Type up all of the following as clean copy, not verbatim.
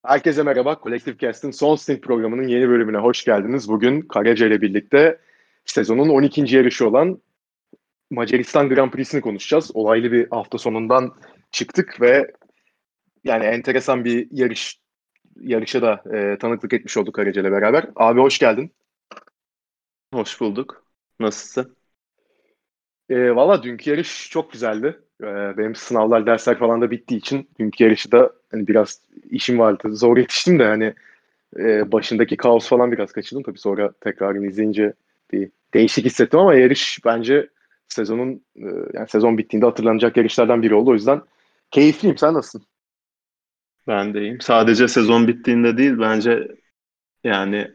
Herkese merhaba. Collective Cast'ın son stint programının yeni bölümüne hoş geldiniz. Bugün Karaca ile birlikte sezonun 12. yarışı olan Macaristan Grand Prix'sini konuşacağız. Olaylı bir hafta sonundan çıktık ve yani enteresan bir yarışa da tanıklık etmiş olduk Karaca ile beraber. Abi hoş geldin. Hoş bulduk. Nasılsın? Valla dünkü yarış çok güzeldi. Benim sınavlar, dersler falan da bittiği için dünkü yarışı da hani biraz işim vardı. Zor yetiştim de hani başındaki kaos falan biraz kaçırdım. Tabii sonra tekrarını izleyince bir değişik hissettim ama yarış bence yani sezon bittiğinde hatırlanacak yarışlardan biri oldu. O yüzden keyifliyim. Sen nasılsın? Ben de iyiyim. Sadece sezon bittiğinde değil, bence yani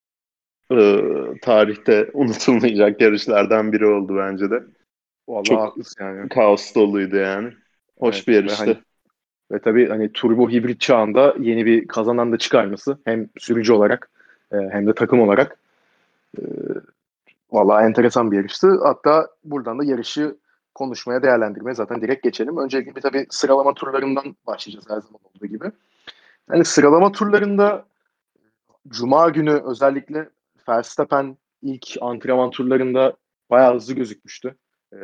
tarihte unutulmayacak yarışlardan biri oldu bence de. Vallahi Çok haklısın yani. kaos doluydu yani. Evet Hoş bir ve hani yarıştı. tabii hani turbo hibrit çağında yeni bir kazanan da çıkarması hem sürücü olarak hem de takım olarak e, vallahi enteresan bir yarıştı. Hatta buradan da yarışı konuşmaya, değerlendirmeye zaten direkt geçelim. Öncelikle bir tabii sıralama turlarından başlayacağız her zaman olduğu gibi. Yani sıralama turlarında Cuma günü özellikle Verstappen ilk antrenman turlarında bayağı hızlı gözükmüştü. Ee,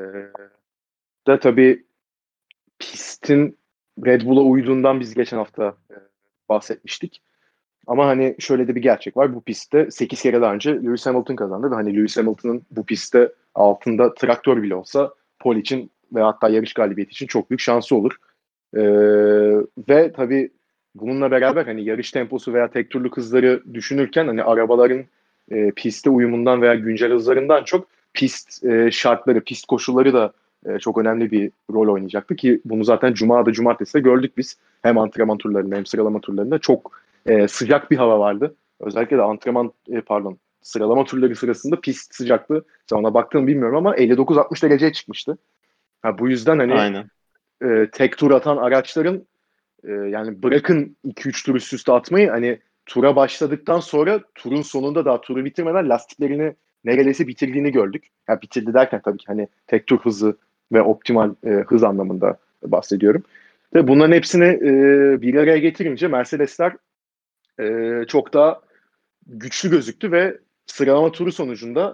tabii pistin Red Bull'a uyduğundan biz geçen hafta bahsetmiştik. Ama hani şöyle de bir gerçek var. Bu pistte 8 kere daha önce Lewis Hamilton kazandı ve hani Lewis Hamilton'ın bu pistte altında traktör bile olsa pole için ve hatta yarış galibiyeti için çok büyük şansı olur. Ee, ve tabii bununla beraber hani yarış temposu veya tek turluk hızları düşünürken hani arabaların piste uyumundan veya güncel hızlarından çok pist şartları, pist koşulları da çok önemli bir rol oynayacaktı ki bunu zaten Cuma'da, Cumartesi'de gördük biz. Hem antrenman turlarında hem sıralama turlarında çok sıcak bir hava vardı. Özellikle de sıralama turları sırasında pist sıcaklığı, sen ona baktın mı bilmiyorum ama 59-60 dereceye çıkmıştı. Ha, bu yüzden hani Aynen. tek tur atan araçların yani bırakın 2-3 tur üst üste atmayı, hani tura başladıktan sonra turun sonunda daha turu bitirmeden lastiklerini neredeyse bitirdiğini gördük. Yani bitirdi derken tabii ki hani tek tur hızı ve optimal hız anlamında bahsediyorum. Ve bunların hepsini bir araya getirince Mercedesler çok daha güçlü gözüktü ve sıralama turu sonucunda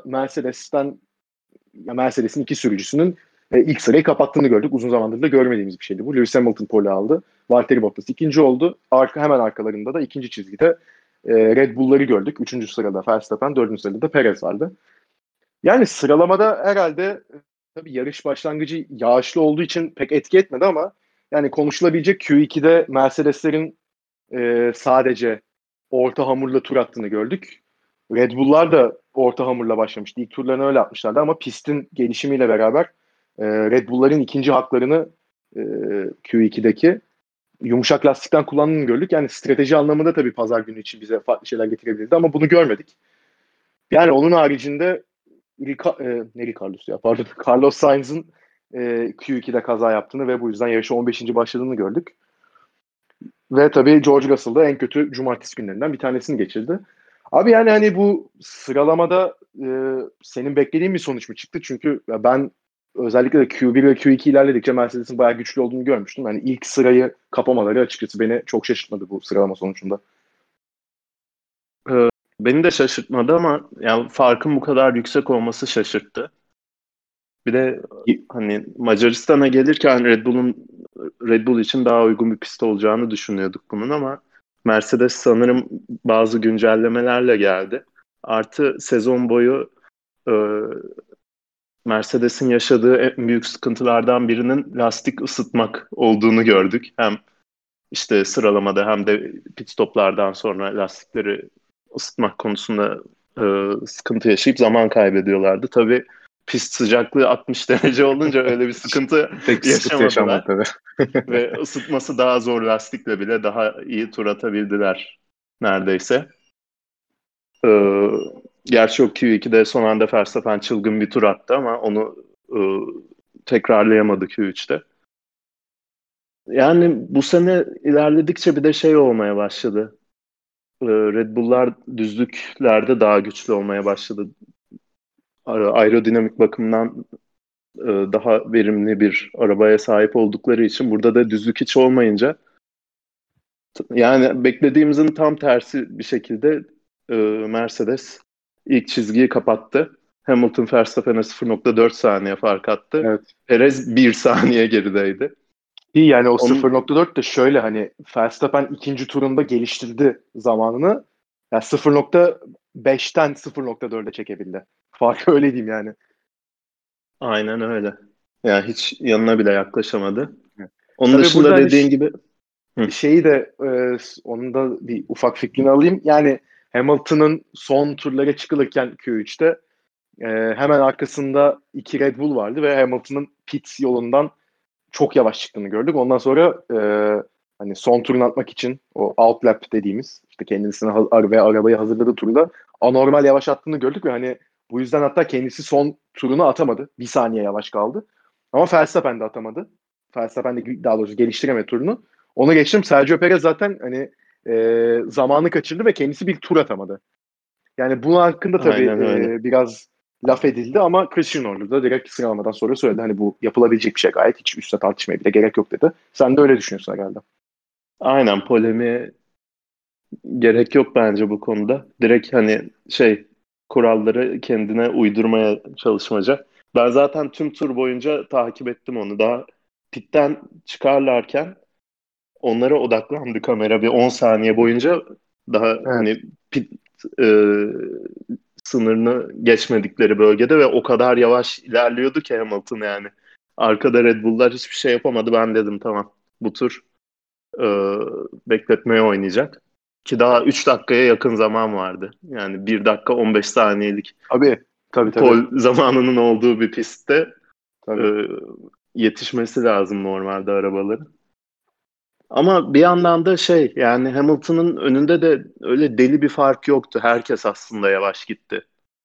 Mercedes'in iki sürücüsünün ilk sırayı kapattığını gördük. Uzun zamandır da görmediğimiz bir şeydi bu. Lewis Hamilton pole aldı. Valtteri Bottas ikinci oldu. Hemen arkalarında da ikinci çizgide Red Bull'ları gördük. Üçüncü sırada Verstappen, dördüncü sırada da Perez vardı. Yani sıralamada herhalde tabii yarış başlangıcı yağışlı olduğu için pek etki etmedi ama yani konuşulabilecek Q2'de Mercedeslerin sadece orta hamurla tur attığını gördük. Red Bull'lar da orta hamurla başlamıştı. İlk turlarını öyle atmışlardı ama pistin gelişimiyle beraber Red Bull'ların ikinci haklarını e, Q2'deki yumuşak lastikten kullandığını gördük. Yani strateji anlamında tabii pazar günü için bize farklı şeyler getirebilirdi ama bunu görmedik. Yani onun haricinde Carlos ya pardon Carlos Sainz'ın Q2'de kaza yaptığını ve bu yüzden yarışa 15. başladığını gördük. Ve tabii George Russell da en kötü cumartesi günlerinden bir tanesini geçirdi. Abi yani hani bu sıralamada senin beklediğin bir sonuç mu çıktı? Çünkü ben özellikle de Q1 ve Q2 ilerledikçe Mercedes'in bayağı güçlü olduğunu görmüştüm. Yani ilk sırayı kapamaları açıkçası beni çok şaşırtmadı bu sıralama sonucunda. Beni de şaşırtmadı ama yani farkın bu kadar yüksek olması şaşırttı. Bir de hani Macaristan'a gelirken Red Bull için daha uygun bir pist olacağını düşünüyorduk bunun ama Mercedes sanırım bazı güncellemelerle geldi. Artı sezon boyu e, Mercedes'in yaşadığı en büyük sıkıntılardan birinin lastik ısıtmak olduğunu gördük. Hem işte sıralamada hem de pit stoplardan sonra lastikleri ısıtmak konusunda sıkıntı yaşayıp zaman kaybediyorlardı. Tabii pist sıcaklığı 60 derece olunca öyle bir sıkıntı Pek sıkıntı yaşanmadı yaşamadılar. tabii. Ve ısıtması daha zor lastikle bile daha iyi tur atabildiler neredeyse. Ee, Gerçi o Q2'de son anda Verstappen çılgın bir tur attı ama onu e, tekrarlayamadı Q3'te. Yani bu sene ilerledikçe bir de şey olmaya başladı. Red Bull'lar düzlüklerde daha güçlü olmaya başladı. Aerodinamik bakımdan daha verimli bir arabaya sahip oldukları için burada da düzlük hiç olmayınca Yani beklediğimizin tam tersi bir şekilde Mercedes ilk çizgiyi kapattı. Hamilton Verstappen'e 0,4 saniye fark attı. Evet. Perez 1 saniye gerideydi. İyi yani o Onun 0.4 de şöyle hani Verstappen ikinci turunda geliştirdi zamanını. Yani 0.5'ten 0.4'e çekebildi. Farkı öyle diyeyim yani. aynen öyle. Yani hiç yanına bile yaklaşamadı. Evet. Onun Tabii burada dışında hani dediğin gibi hı, şeyi de onun da bir ufak fikrini alayım. Yani Hamilton'ın son turlara çıkılırken Q3'te hemen arkasında iki Red Bull vardı ve Hamilton'ın pit yolundan çok yavaş çıktığını gördük. Ondan sonra hani son turunu atmak için o out lap dediğimiz işte kendisine ve arabayı hazırladığı turda anormal yavaş attığını gördük ve hani bu yüzden hatta kendisi son turunu atamadı. Bir saniye yavaş kaldı. Ama Verstappen de atamadı. Verstappen de daha doğrusu geliştiremedi turunu. Onu geçtim. Sergio Perez zaten hani zamanı kaçırdı ve kendisi bir tur atamadı. Yani bunun hakkında tabii aynen öyle. biraz laf edildi ama Christian Horner da direkt sıralamadan sonra söyledi. Hani bu yapılabilecek bir şey gayet. Hiç üstte tartışmaya bile gerek yok dedi. Sen de öyle düşünüyorsun herhalde. Aynen polemiğe gerek yok bence bu konuda. Direkt hani kuralları kendine uydurmaya çalışmaca. Ben zaten tüm tur boyunca takip ettim onu. Daha pitten çıkarlarken onlara odaklandı kamera bir 10 saniye boyunca daha Evet. hani pit e, sınırını geçmedikleri bölgede ve o kadar yavaş ilerliyordu ki Hamilton yani. Arkada Red Bull'lar hiçbir şey yapamadı. Ben dedim tamam bu tur e, bekletmeye oynayacak. Ki daha 3 dakikaya yakın zaman vardı. Yani 1 dakika 15 saniyelik Tabii. Tabii tabii. pol zamanının olduğu bir pistte e, Tabii. yetişmesi lazım normalde arabaların. Ama bir yandan da yani Hamilton'ın önünde de öyle deli bir fark yoktu. Herkes aslında yavaş gitti.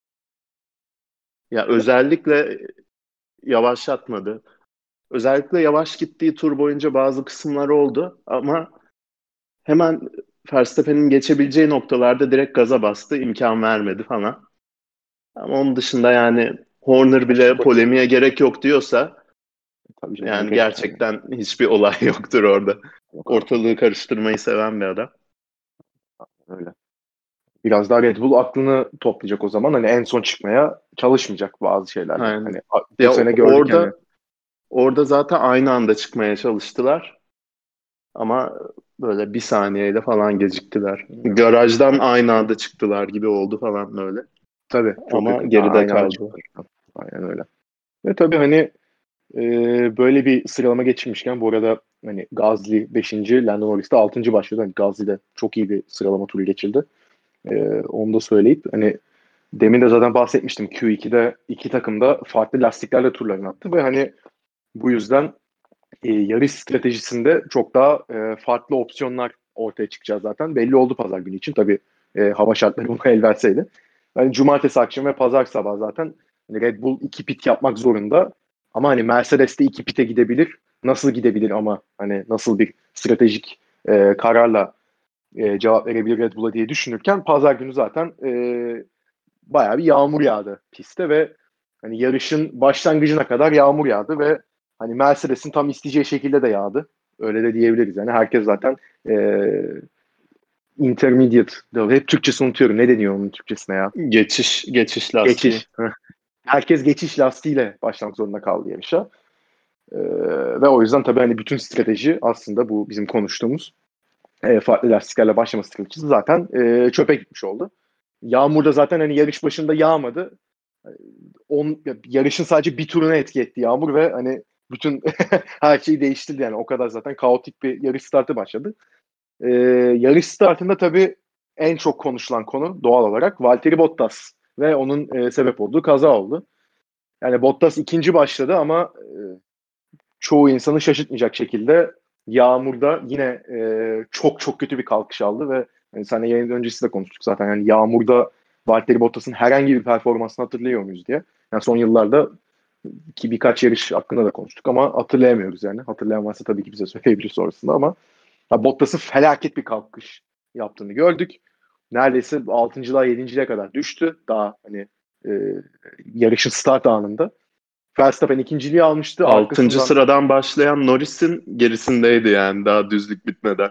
Ya özellikle yavaşlatmadı. Özellikle yavaş gittiği tur boyunca bazı kısımlar oldu ama hemen Verstappen'in geçebileceği noktalarda direkt gaza bastı, imkan vermedi falan. Ama onun dışında yani Horner bile Açık açık. polemiğe gerek yok diyorsa Tabii canım yani gerek yok. Yani. gerçekten hiçbir olay yoktur orada. Yok abi. Ortalığı karıştırmayı seven bir adam. Öyle. Biraz daha Red Bull aklını toplayacak o zaman. Hani en son çıkmaya çalışmayacak bazı şeylerde. Aynen. Hani bu Ya sene gördük yani. orada zaten aynı anda çıkmaya çalıştılar ama böyle bir saniyeyle falan geciktiler. Garajdan aynı anda çıktılar gibi oldu falan böyle. Tabii çok Ama yakın. geride Aynı anda kaldılar. çıktılar. Aynen öyle. Ve tabii hani böyle bir sıralama geçirmişken bu arada hani Gasly 5. Lando Norris de 6. başladı. Hani Gasly de çok iyi bir sıralama turu geçirdi. Onu da söyleyip hani demin de zaten bahsetmiştim Q2'de iki takım da farklı lastiklerle turlarını attı ve hani bu yüzden yarış stratejisinde çok daha farklı opsiyonlar ortaya çıkacağız zaten. Belli oldu pazar günü için. Tabii hava şartları buna el verseydi. Yani cumartesi akşamı ve pazar sabahı zaten hani Red Bull iki pit yapmak zorunda. Ama hani Mercedes de iki pite gidebilir. Nasıl gidebilir ama hani nasıl bir stratejik kararla cevap verebilir Red Bull'a diye düşünürken pazar günü zaten bayağı bir yağmur yağdı pistte ve hani yarışın başlangıcına kadar yağmur yağdı ve hani Mercedes'in tam isteyeceği şekilde de yağdı. Öyle de diyebiliriz. Yani herkes zaten intermediate. Hep Türkçesini unutuyorum. Ne deniyor onun Türkçesine ya? Geçiş lastiği. Geçiş. Herkes geçiş lastiğiyle başlamak zorunda kaldı yarışa. Ee, ve o yüzden tabii hani bütün strateji aslında bu bizim konuştuğumuz farklı lastiklerle başlama stratejisi zaten çöpe gitmiş oldu. Yağmur da zaten hani yarış başında yağmadı. Yarışın sadece bir turuna etki etti yağmur ve hani bütün her şeyi değiştirdi yani o kadar zaten kaotik bir yarış startı başladı. Ee, yarış startında tabii en çok konuşulan konu doğal olarak Valtteri Bottas ve onun sebep olduğu kaza oldu. Yani Bottas ikinci başladı ama çoğu insanı şaşırtmayacak şekilde yağmurda yine çok çok kötü bir kalkış aldı ve yani seninle yayın öncesi de konuştuk zaten. Yani yağmurda Valtteri Bottas'ın herhangi bir performansını hatırlıyor muyuz diye. Yani son yıllarda ki birkaç yarış hakkında da konuştuk ama hatırlayamıyoruz yani. Hatırlayan varsa tabii ki bize söyleyebilir sonrasında ama Bottas'ın felaket bir kalkış yaptığını gördük. Neredeyse 6.'lığa 7.'liğe kadar düştü. Daha hani e, yarışın start anında. Verstappen ikinciliği almıştı. Altıncı Arkasından sıradan başlayan Norris'in gerisindeydi yani daha düzlük bitmeden.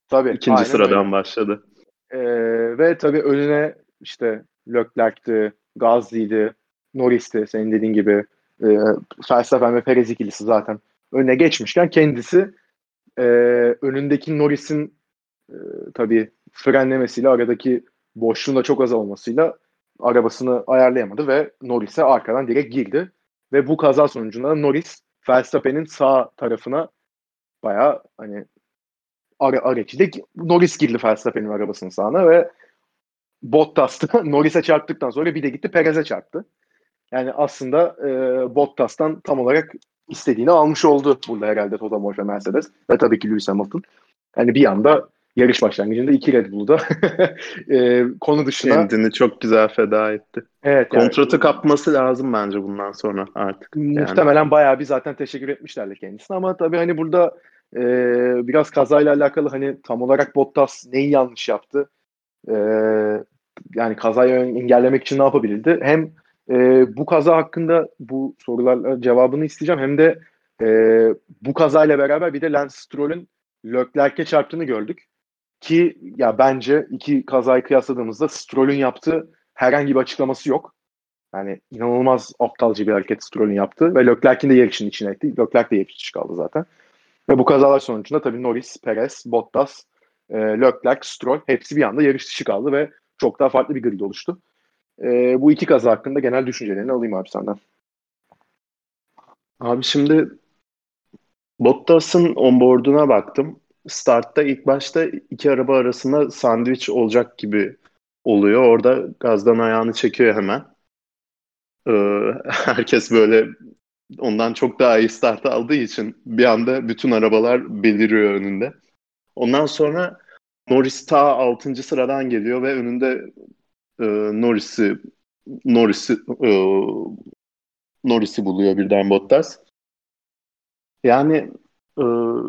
Tabii, İkinci aynen öyle. sıradan başladı. Ve tabii önüne işte Leclerc'ti, Gasly'di, Norris'ti senin dediğin gibi. E, Verstappen ve Perez ikilisi zaten önüne geçmişken kendisi e, önündeki Norris'in tabii frenlemesiyle aradaki boşluğun da çok az olmasıyla arabasını ayarlayamadı ve Norris'e arkadan direkt girdi. Ve bu kaza sonucunda Norris Verstappen'in sağ tarafına bayağı hani araçlı Norris girdi Verstappen'in arabasının sağına ve Bottas da Norris'e çarptıktan sonra bir de gitti Perez'e çarptı. Yani aslında Bottas'tan tam olarak istediğini almış oldu burada herhalde Toto Wolff ve Mercedes ve tabii ki Lewis Hamilton. Yani bir anda yarış başlangıcında iki Red Bull'u da konu dışına. Kendini çok güzel feda etti. Evet yani Kontratı kapması lazım bence bundan sonra artık. Yani muhtemelen bayağı bir zaten teşekkür etmişlerle kendisine ama tabii hani burada biraz kazayla alakalı hani tam olarak Bottas neyi yanlış yaptı? E, Yani kazayı engellemek için ne yapabilirdi? Hem bu kaza hakkında bu sorularla cevabını isteyeceğim hem de e, bu kazayla beraber bir de Lance Stroll'ün Leclerc'e çarptığını gördük. Ki ya bence iki kazayı kıyasladığımızda Stroll'ün yaptığı herhangi bir açıklaması yok. Yani inanılmaz aptalca bir hareket Stroll'ün yaptı ve Leclerc'in de yarışın içine etti. Leclerc de yarış dışı kaldı zaten. Ve bu kazalar sonucunda tabii Norris, Perez, Bottas, Leclerc, Stroll hepsi bir anda yarış dışı kaldı ve çok daha farklı bir grid oluştu. Bu iki kaza hakkında genel düşüncelerini alayım abi senden. abi şimdi Bottas'ın onboard'una baktım. Startta ilk başta iki araba arasında sandviç olacak gibi oluyor. Orada gazdan ayağını çekiyor hemen. Herkes böyle ondan çok daha iyi start aldığı için bir anda bütün arabalar beliriyor önünde. Ondan sonra Norris ta 6. sıradan geliyor ve önünde e, Norris'i Norris'i e, Norris'i buluyor birden Bottas. Yani e,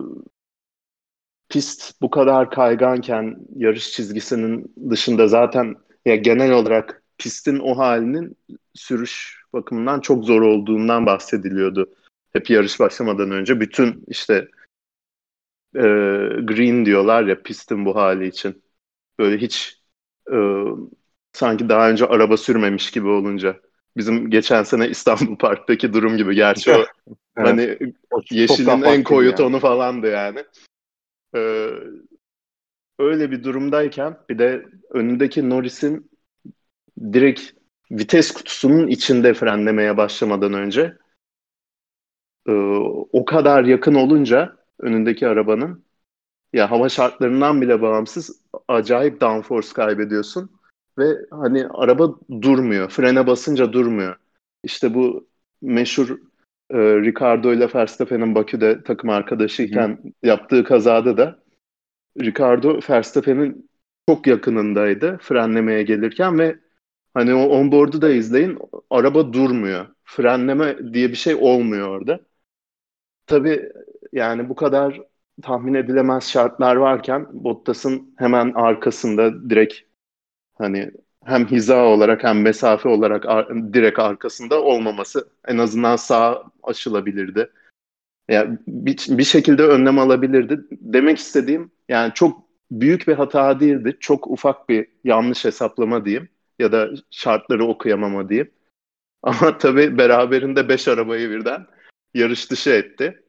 pist bu kadar kayganken yarış çizgisinin dışında zaten ya genel olarak pistin o halinin sürüş bakımından çok zor olduğundan bahsediliyordu. Hep yarış başlamadan önce bütün işte e, green diyorlar ya pistin bu hali için. Böyle hiç e, sanki daha önce araba sürmemiş gibi olunca. Bizim geçen sene İstanbul Park'taki durum gibi. Gerçi o Evet. hani O çok daha yeşilin en farklıydı koyu yani. tonu falandı yani. E, Öyle bir durumdayken bir de önündeki Norris'in direkt vites kutusunun içinde frenlemeye başlamadan önce e, o kadar yakın olunca önündeki arabanın ya hava şartlarından bile bağımsız acayip downforce kaybediyorsun ve hani araba durmuyor. Frene basınca durmuyor. İşte bu meşhur Ricardo ile Verstappen'in Bakü'de takım Hı hı. arkadaşıyken yaptığı kazada da Ricardo Verstappen'in çok yakınındaydı frenlemeye gelirken ve hani o onboard'u da izleyin araba durmuyor. Frenleme diye bir şey olmuyor orada. Tabii yani bu kadar tahmin edilemez şartlar varken Bottas'ın hemen arkasında direkt hani hem hiza olarak hem mesafe olarak direkt arkasında olmaması en azından sağa açılabilirdi. Yani bir şekilde önlem alabilirdi. Demek istediğim yani çok büyük bir hata değildi. Çok ufak bir yanlış hesaplama diyeyim ya da şartları okuyamama diyeyim. Ama tabii beraberinde 5 arabayı birden yarış dışı etti.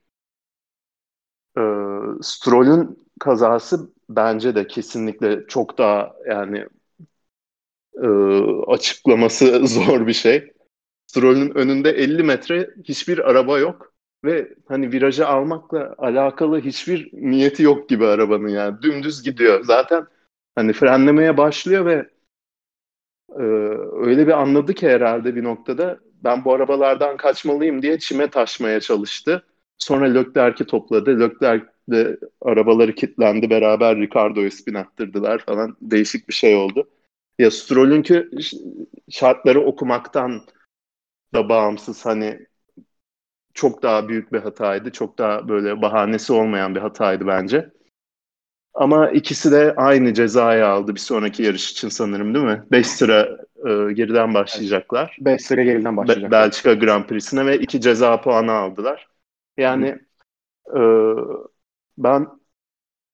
Stroll'ün kazası bence de kesinlikle çok daha yani e, açıklaması zor bir şey. Stroll'ün önünde 50 metre hiçbir araba yok ve hani virajı almakla alakalı hiçbir niyeti yok gibi arabanın yani dümdüz gidiyor. Zaten hani frenlemeye başlıyor ve e, öyle bir anladı ki herhalde bir noktada ben bu arabalardan kaçmalıyım diye çime taşmaya çalıştı. Sonra Leclerc'i topladı. Leclerc de arabaları kilitlendi. Beraber Ricardo'yu spin attırdılar falan. Değişik bir şey oldu. Ya Stroll'ünkü şartları okumaktan da bağımsız hani çok daha büyük bir hataydı. Çok daha böyle bahanesi olmayan bir hataydı bence. Ama ikisi de aynı cezayı aldı bir sonraki yarış için sanırım değil mi? 5 sıra geriden Evet. başlayacaklar. 5 sıra geriden başlayacaklar. Belçika Grand Prix'sine ve 2 ceza puanı aldılar. Hı hı. Yani e, ben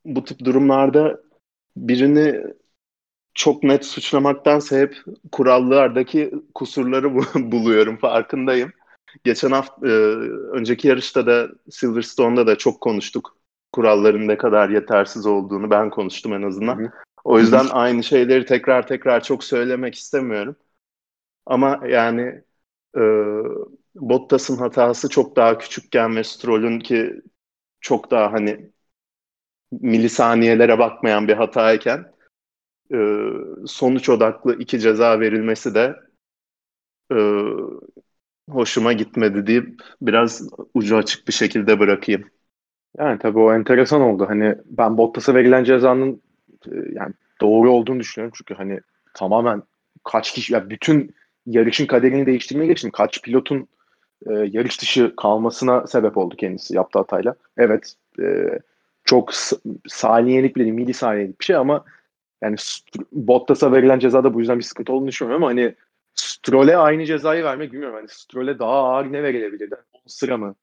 bu tip durumlarda birini çok net suçlamaktansa hep kurallardaki kusurları buluyorum, farkındayım. Geçen hafta önceki yarışta da Silverstone'da da çok konuştuk. Kuralların ne kadar yetersiz olduğunu ben konuştum en Hı azından. hı. O Hı hı. yüzden aynı şeyleri tekrar tekrar çok söylemek istemiyorum. Ama yani e, Bottas'ın hatası çok daha küçükken ve Stroll'ün ki çok daha hani milisaniyelere bakmayan bir hatayken e, sonuç odaklı iki ceza verilmesi de e, hoşuma gitmedi deyip biraz ucu açık bir şekilde bırakayım. Yani tabii o enteresan oldu. Hani ben Bottas'a verilen cezanın yani doğru olduğunu düşünüyorum. Çünkü hani tamamen kaç kişi ya bütün yarışın kaderini değiştirmeye geçtim. Kaç pilotun yarış dışı kalmasına sebep oldu kendisi yaptığı hatayla. Evet, çok saniyelik bile değil, milisaniyelik bir şey ama yani Bottas'a verilen cezada bu yüzden bir sıkıntı olduğunu düşünmüyorum ama hani Stroll'e aynı cezayı vermek bilmiyorum. Hani Stroll'e daha ağır ne verilebilirdi? 10 sıra mı?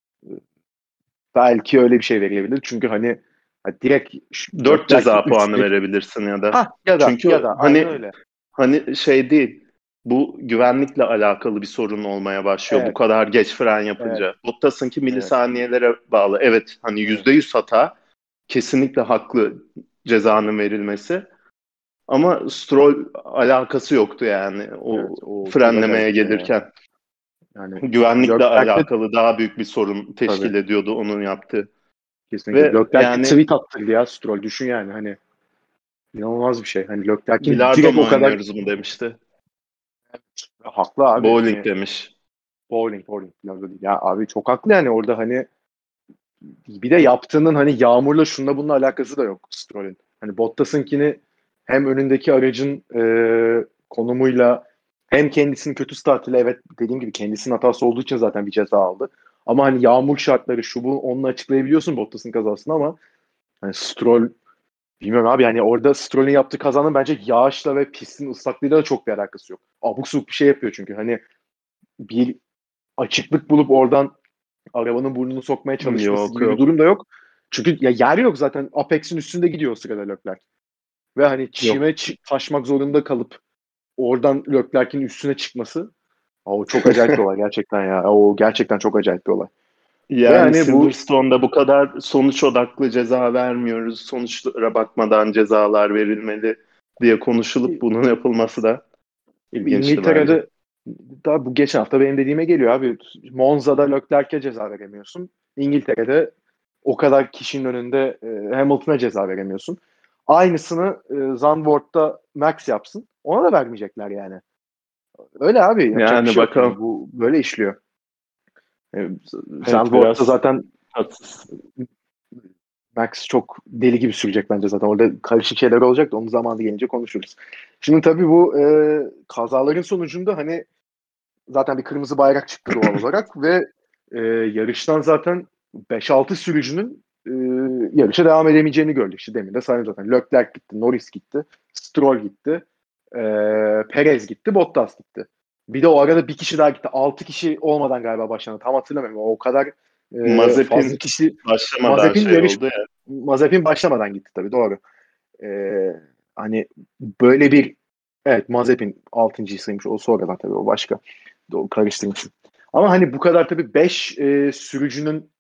Belki öyle bir şey verilebilir. Çünkü hani direkt Dört Leclerc ceza puanı 3'te verebilirsin ya da. ha ya da ya Çünkü da aynen öyle. hani şey değil. Bu güvenlikle alakalı bir sorun olmaya başlıyor bu Evet, kadar geç fren evet, yapınca. Bottas'ınki evet, milisaniyelere bağlı. Evet, hani evet, %100 hata, kesinlikle haklı cezanın verilmesi. Ama Stroll alakası yoktu yani evet. o O çok acayip frenlemeye bir şey ya. gelirken. Yani Güvenlikle Leclerc'te alakalı daha büyük bir sorun tabii teşkil ediyordu onun yaptığı. kesinlikle. Ve Leclerc'te yani tweet attırdı ya Stroll. Düşün yani hani inanılmaz bir şey. Hani Leclerc'in bilardo direkt mu o kadar oynuyoruz mu demişti. haklı abi. Bowling Hani demiş. bowling biraz da değil. Ya abi çok haklı yani orada hani bir de yaptığının hani yağmurla şunla bununla alakası da yok Stroll'ün. Hani Bottas'ınkini hem önündeki aracın konumuyla hem kendisinin kötü startıyla evet dediğim gibi kendisinin hatası olduğu için zaten bir ceza aldı. Ama hani yağmur şartları şu bu onunla açıklayabiliyorsun Bottas'ın kazasını ama hani Stroll bilmiyorum abi yani orada Stroll'ün yaptığı kazanın bence yağışla ve pistin ıslaklığıyla da çok bir alakası yok. Abuk subuk bir şey yapıyor çünkü hani bir açıklık bulup oradan arabanın burnunu sokmaya çalışması Yok gibi bir yok. durum da yok. Çünkü ya yer yok zaten. Apex'in üstünde gidiyor o sırada Leclerc. Ve hani Yok. çime taşmak zorunda kalıp oradan Leclerc'in üstüne çıkması o çok acayip bir olay gerçekten ya. O gerçekten çok acayip bir olay. Ve Yani hani bu Silverstone'da bu kadar sonuç odaklı ceza vermiyoruz. Sonuçlara bakmadan cezalar verilmeli diye konuşulup bunun yapılması da ilginçti bence. İngiltere'de daha bu geçen hafta benim dediğime geliyor abi. Monza'da Leclerc'e ceza veremiyorsun. İngiltere'de o kadar kişinin önünde Hamilton'a ceza veremiyorsun. Aynısını Zandvoort'ta Max yapsın. Ona da vermeyecekler yani. Öyle abi yapacak bir Yani şey yok yani bakalım. bu böyle işliyor. E, Evet, Zandvoort'ta biraz zaten tatsız. Max çok deli gibi sürecek bence zaten. Orada karışık şeyler olacak da onun zamanı gelince konuşuruz. Şimdi tabii bu kazaların sonucunda hani zaten bir kırmızı bayrak çıktı doğal olarak ve yarıştan zaten 5-6 sürücünün yarışa devam edemeyeceğini gördük. İşte demin de saydım zaten. Leclerc gitti, Norris gitti, Stroll gitti, e, Perez gitti, Bottas gitti. Bir de o arada bir kişi daha gitti. 6 kişi olmadan galiba başlandı. Tam hatırlamıyorum. O kadar fazla Mazepin kişi başlamadan Mazepin şey yarış oldu ya. Mazepin başlamadan gitti tabii doğru. E, hani böyle bir evet Mazepin 6.'sıymış. O sonradan tabii o başka. O karıştırmışım. Ama hani bu kadar tabii 5 sürücünün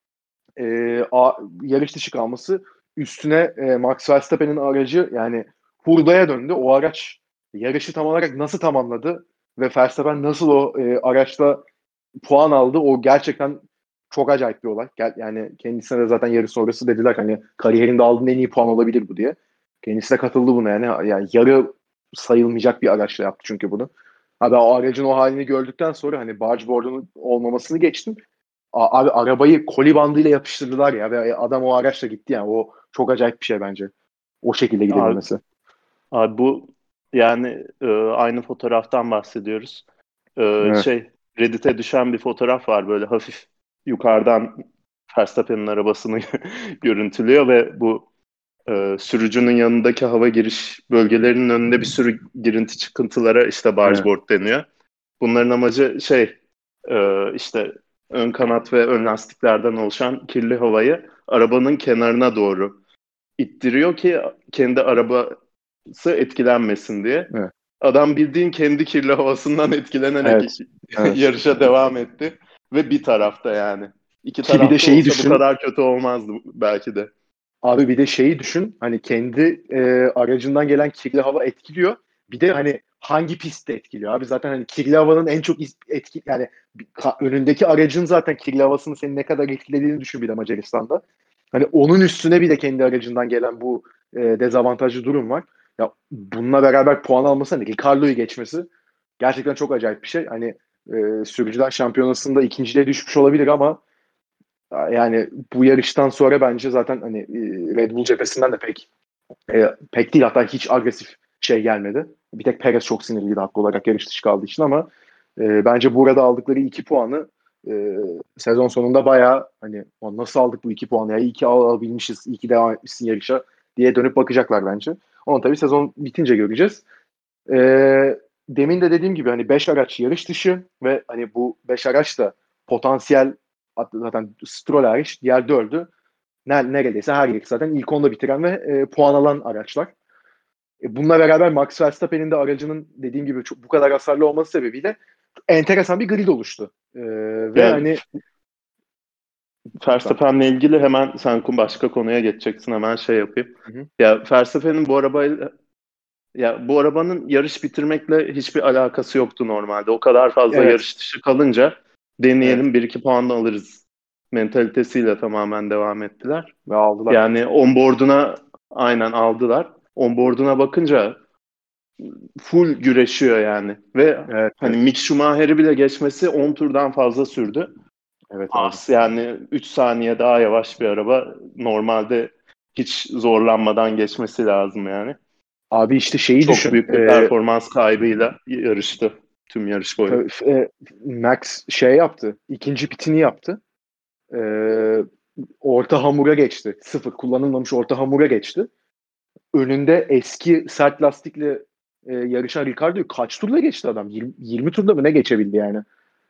yarış dışı kalması üstüne Max Verstappen'in aracı yani hurdaya döndü. O araç yarışı tam olarak nasıl tamamladı ve Verstappen nasıl o araçla puan aldı o gerçekten çok acayip bir olay. Yani kendisine de zaten yarış sonrası dediler hani kariyerinde aldığın en iyi puan olabilir bu diye. Kendisi de katıldı buna yani yarı sayılmayacak bir araçla yaptı çünkü bunu. Abi o aracın o halini gördükten sonra hani bargeboard'un olmamasını geçtim. Abi arabayı koli bandıyla yapıştırdılar ya ve adam o araçla gitti yani o çok acayip bir şey bence. O şekilde Abi, gidebilmesi. abi bu yani aynı fotoğraftan bahsediyoruz. Evet. Şey, Reddit'e düşen bir fotoğraf var, böyle hafif yukarıdan Verstappen'in arabasını görüntülüyor ve bu sürücünün yanındaki hava giriş bölgelerinin önünde bir sürü girinti çıkıntılara işte Evet. bargeboard deniyor. Bunların amacı şey, işte ön kanat ve ön lastiklerden oluşan kirli havayı arabanın kenarına doğru ittiriyor ki kendi arabası etkilenmesin diye. Evet. Adam bildiğin kendi kirli havasından etkilenerek Evet. Evet. yarışa devam etti. Ve bir tarafta yani. İki Ki bir de tarafta şeyi olsa bu düşün. kadar kötü olmazdı belki de. Abi bir de şeyi düşün. Hani kendi aracından gelen kirli hava etkiliyor. Bir de hani hangi pistte etkiliyor? Abi zaten hani kirli havanın en çok etki yani önündeki aracın zaten kirli havasını senin ne kadar etkilediğini düşün bir de Macaristan'da. Hani onun üstüne bir de kendi aracından gelen bu dezavantajlı durum var. Ya bununla beraber puan alması hani Ricardo'yu geçmesi gerçekten çok acayip bir şey. Hani sürücüler şampiyonasında ikinciliğe düşmüş olabilir ama yani bu yarıştan sonra bence zaten hani Red Bull cephesinden de pek değil, hatta hiç agresif şey gelmedi. Bir tek Perez çok sinirliydi haklı olarak yarış dışı kaldığı için ama bence burada aldıkları 2 puanı sezon sonunda bayağı hani nasıl aldık bu 2 puanı ya, iyi ki alabilmişiz, iyi ki devam etmişsin yarışa diye dönüp bakacaklar bence. Onu tabii sezon bitince göreceğiz. E, Demin de dediğim gibi hani 5 araç yarış dışı ve hani bu 5 araç da potansiyel, zaten Stroll hariç diğer 4'ü neredeyse her yarış zaten ilk 10'da bitiren ve puan alan araçlar. Bununla beraber Max Verstappen'in de aracının dediğim gibi bu kadar hasarlı olması sebebiyle enteresan bir grid oluştu. Ve Yani hani lütfen. Verstappen'le ilgili hemen sen başka konuya geçeceksin, hemen şey yapayım. Hı hı. Ya Verstappen'in bu arabayla, ya bu arabanın yarış bitirmekle hiçbir alakası yoktu normalde. O kadar fazla Evet. yarış dışı kalınca Evet. deneyelim, bir iki puan da alırız mentalitesiyle tamamen devam ettiler. Ve aldılar. Yani onboard'una aynen aldılar. Onboard'una bakınca full güreşiyor yani. Ve Evet. hani Evet. Mick Schumacher'i bile geçmesi 10 turdan fazla sürdü. Evet abi. Az yani 3 saniye daha yavaş bir araba normalde hiç zorlanmadan geçmesi lazım yani. Abi işte şeyi Çok düşün. büyük bir performans kaybıyla yarıştı tüm yarış boyu. Tabii, Max şey yaptı. İkinci pitini yaptı. E, Orta hamura geçti. Sıfır kullanılmamış orta hamura geçti. Önünde eski sert lastikle yarışan Ricardo'yu kaç turla geçti adam? 20 turda mı ne geçebildi yani?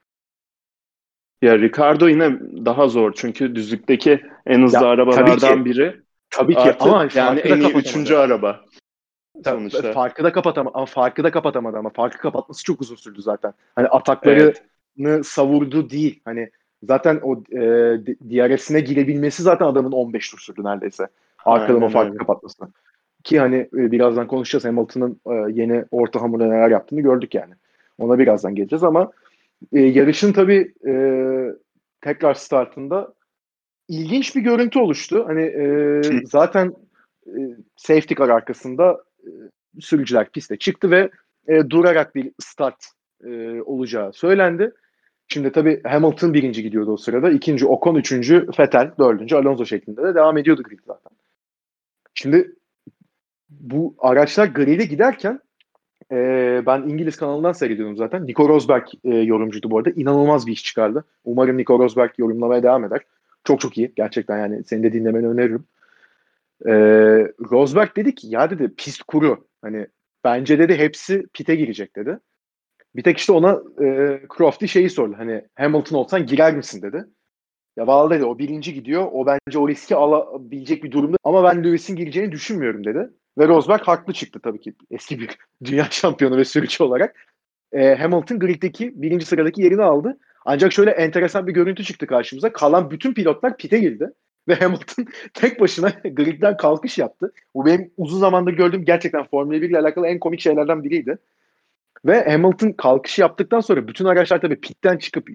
Ya Ricardo yine daha zor çünkü düzlükteki en hızlı Ya tabii ki, arabalardan biri. tabii ki Artı ama yani farkı da en iyi üçüncü kapatamadı. araba sonuçta. Farkı da kapatamadı ama farkı kapatması çok uzun sürdü zaten. Hani Evet, ataklarını savurdu değil. Hani zaten o DRS'ine girebilmesi zaten adamın 15 tur sürdü neredeyse. Arkadan o aynen farkı öyle. kapatması. Ki hani birazdan konuşacağız. Hamilton'ın yeni orta hamurda neler yaptığını gördük yani. Ona birazdan geleceğiz ama yarışın tabii tekrar startında ilginç bir görüntü oluştu. Hani zaten e, safety car arkasında sürücüler piste çıktı ve durarak bir start olacağı söylendi. Şimdi tabii Hamilton birinci gidiyordu o sırada. İkinci Ocon, üçüncü Vettel, dördüncü Alonso şeklinde de devam ediyordu grid zaten. Şimdi bu araçlar grid'e giderken ben İngiliz kanalından seyrediyordum zaten. Nico Rosberg yorumcuydu bu arada. İnanılmaz bir iş çıkardı. Umarım Nico Rosberg yorumlamaya devam eder. Çok çok iyi. Gerçekten yani seni de dinlemeni öneririm. E, Rosberg dedi ki ya dedi pist kuru. Hani bence dedi hepsi pite girecek dedi. Bir tek işte ona Crofty şeyi sordu. Hani Hamilton olsan girer misin dedi. Ya vallahi dedi o birinci gidiyor. O bence o riski alabilecek bir durumda. Ama ben Lewis'in gireceğini düşünmüyorum dedi. Ve Rosberg haklı çıktı tabii ki. Eski bir dünya şampiyonu ve sürücü olarak. Hamilton griddeki birinci sıradaki yerini aldı. Ancak şöyle enteresan bir görüntü çıktı karşımıza. Kalan bütün pilotlar pite girdi. Ve Hamilton tek başına gridden kalkış yaptı. Bu benim uzun zamandır gördüğüm gerçekten Formula 1 ile alakalı en komik şeylerden biriydi. Ve Hamilton kalkışı yaptıktan sonra bütün araçlar tabii pitten çıkıp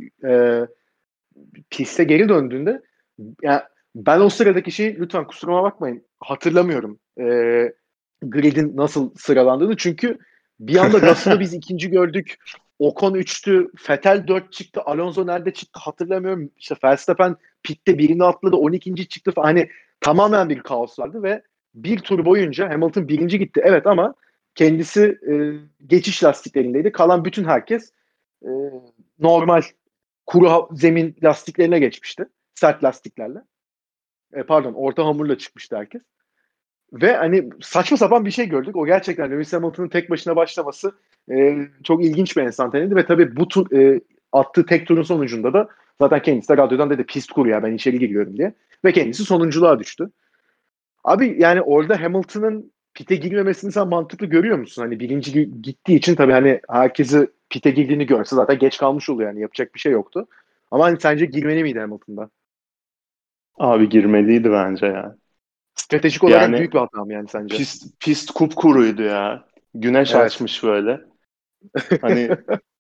piste geri döndüğünde yani ben o sıradaki şeyi lütfen kusuruma bakmayın hatırlamıyorum. Grid'in nasıl sıralandığını çünkü bir anda Russell'ı biz ikinci gördük. Ocon 3'tü. Vettel 4 çıktı. Alonso nerede çıktı hatırlamıyorum. İşte Verstappen pitte birini atladı. 12. çıktı falan. Hani tamamen bir kaos vardı ve bir tur boyunca Hamilton birinci gitti. Evet ama kendisi geçiş lastiklerindeydi. Kalan bütün herkes e, normal kuru zemin lastiklerine geçmişti. Sert lastiklerle. Pardon orta hamurla çıkmıştı herkes. Ve hani saçma sapan bir şey gördük. O gerçekten Lewis Hamilton'ın tek başına başlaması çok ilginç bir enstantaneydi. Ve tabii bu attığı tek turun sonucunda da zaten kendisi de radyodan dedi pist kur ya ben içeri giriyorum diye. Ve kendisi sonunculuğa düştü. Abi yani orada Hamilton'ın pite girmemesini sen mantıklı görüyor musun? Hani birinci gittiği için tabii hani herkesi pite girdiğini görse zaten geç kalmış oluyor yani yapacak bir şey yoktu. Ama hani sence girmeli miydi Hamilton'da? Abi girmeliydi bence ya. Stratejik olarak Yani büyük bir hata mı yani sence? pist kupkuruydu ya. Güneş Evet. açmış böyle. Hani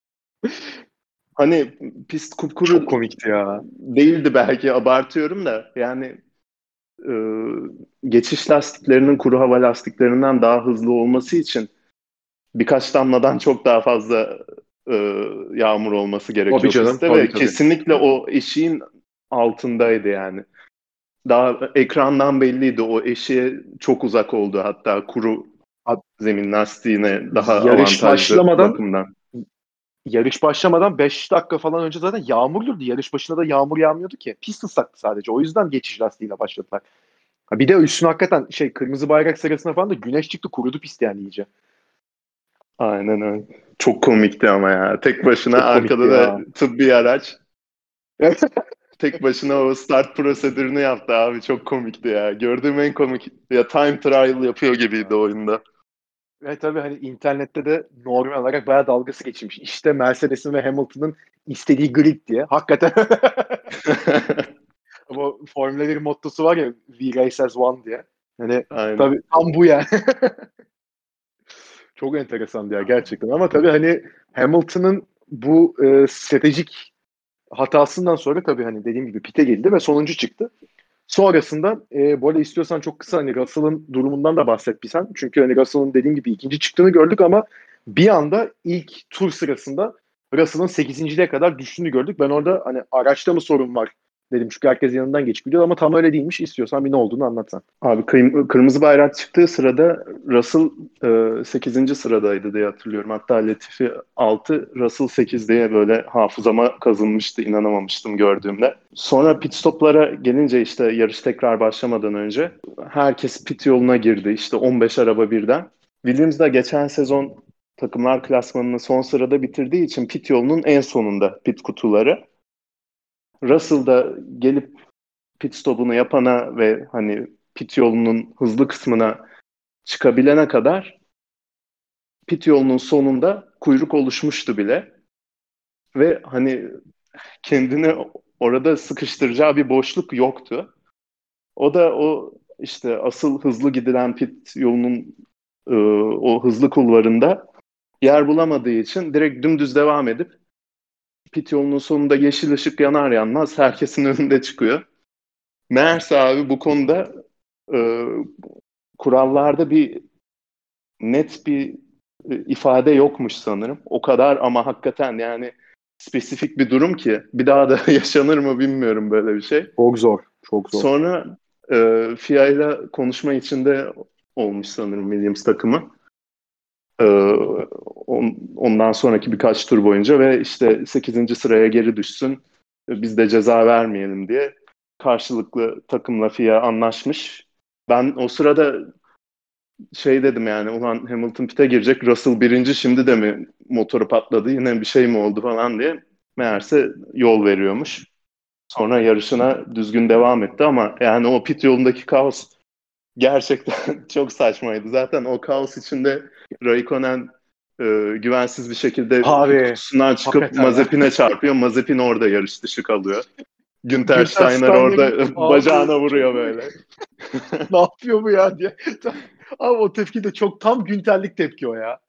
hani pist Çok kupkuru komikti ya. değildi, belki abartıyorum da yani e, geçiş lastiklerinin kuru hava lastiklerinden daha hızlı olması için birkaç damladan çok daha fazla e, yağmur olması Tabii gerekiyor canım, pistte tabii ve tabii. kesinlikle o eşiğin altındaydı yani. Daha ekrandan belliydi, o eşiğe çok uzak oldu, hatta kuru Abi, zemin lastiğine daha yarış avantajlı başlamadan bakımdan. yarış başlamadan 5 dakika falan önce zaten yağmurluydu. Yarış başında da yağmur yağmıyordu ki. Pist ıslaktı sadece. O yüzden geçiş lastiğiyle başladılar. Ha bir de üstüne hakikaten kırmızı bayrak sırasında falan da güneş çıktı, kurudu pist yani iyice. Aynen öyle. Çok komikti ama ya. Tek başına Çok komikti arkada ya. da tıbbi araç. Tek başına o start prosedürünü yaptı abi. Çok komikti ya. Gördüğüm en komik. Ya time trial yapıyor gibiydi oyunda. Ve tabii hani internette de normal olarak bayağı dalgası geçmiş. İşte Mercedes'in ve Hamilton'ın istediği grid diye. Hakikaten bu Formula 1 mottosu var ya, We Race as One diye. Hani Aynen. tabii tam bu yani. Çok enteresandı ya gerçekten. Ama tabii hani Hamilton'ın bu stratejik hatasından sonra tabii hani dediğim gibi pite geldi ve sonuncu çıktı. Sonrasında bu arada istiyorsan çok kısa hani Russell'ın durumundan da bahset bir sen. Çünkü hani Russell'ın dediğim gibi ikinci çıktığını gördük ama bir anda ilk tur sırasında Russell'ın 8.liğe kadar düştüğünü gördük. Ben orada hani araçta mı sorun var dedim. Çünkü herkes yanından geçip gidiyor ama tam öyle değilmiş. İstiyorsan bir ne olduğunu anlatsan. Abi kırmızı bayrak çıktığı sırada Russell 8. sıradaydı diye hatırlıyorum. Hatta Latifi 6, Russell 8 diye böyle hafızama kazınmıştı. İnanamamıştım gördüğümde. Sonra pit stoplara gelince, işte yarış tekrar başlamadan önce herkes pit yoluna girdi. İşte 15 araba birden. Williams da geçen sezon takımlar klasmanını son sırada bitirdiği için pit yolunun en sonunda pit kutuları. Russell da gelip pit stopunu yapana ve hani pit yolunun hızlı kısmına çıkabilene kadar pit yolunun sonunda kuyruk oluşmuştu bile. Ve hani kendini orada sıkıştıracağı bir boşluk yoktu. O da o işte asıl hızlı gidilen pit yolunun o hızlı kulvarında yer bulamadığı için direkt dümdüz devam edip pit yolunun sonunda yeşil ışık yanar yanmaz herkesin önünde çıkıyor. Meğerse abi bu konuda e, kurallarda bir net bir ifade yokmuş sanırım. O kadar ama hakikaten yani spesifik bir durum ki bir daha da yaşanır mı bilmiyorum böyle bir şey. Çok zor. Çok zor. Sonra FIA ile konuşma içinde olmuş sanırım Williams takımı. E, ondan sonraki birkaç tur boyunca ve işte 8. sıraya geri düşsün, biz de ceza vermeyelim diye karşılıklı takımla FIA anlaşmış. Ben o sırada şey dedim yani, ulan Hamilton pit'e girecek, Russell birinci, şimdi de mi motoru patladı, yine bir şey mi oldu falan diye. Meğerse yol veriyormuş. Sonra yarışına düzgün devam etti ama yani o pit yolundaki kaos gerçekten çok saçmaydı. Zaten o kaos içinde Raikkonen e, güvensiz bir şekilde pit Abi kutusundan çıkıp hakikaten ya. Mazepin'e çarpıyor. Mazepin orada yarış dışı kalıyor. Günther Günther Steiner Steiner'in orada abi bacağına çok vuruyor iyi. böyle. Ne yapıyor bu ya diye. Abi o tepki de çok tam Günterlik tepki o ya.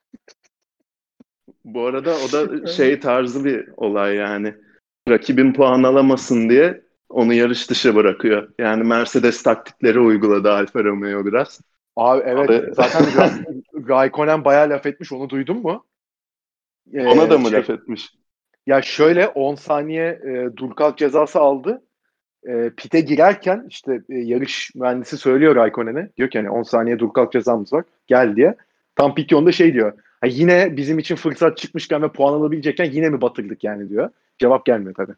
Bu arada o da şey tarzı bir olay yani. Rakibin puan alamasın diye onu yarış dışı bırakıyor. Yani Mercedes taktikleri uyguladı Alfa Romeo biraz. Abi O evet da zaten Raikkonen bayağı laf etmiş, onu duydun mu? ona da Ee, mı şey laf etmiş? Ya şöyle 10 saniye dur kalk cezası aldı. Pite girerken işte yarış mühendisi söylüyor Raikkonen'e. Diyor ki hani 10 saniye dur kalk cezamız var. Gel diye. Tam pit yolunda şey diyor. Ha, yine bizim için fırsat çıkmışken ve puan alabilecekken yine mi batırdık yani diyor. Cevap gelmiyor tabii.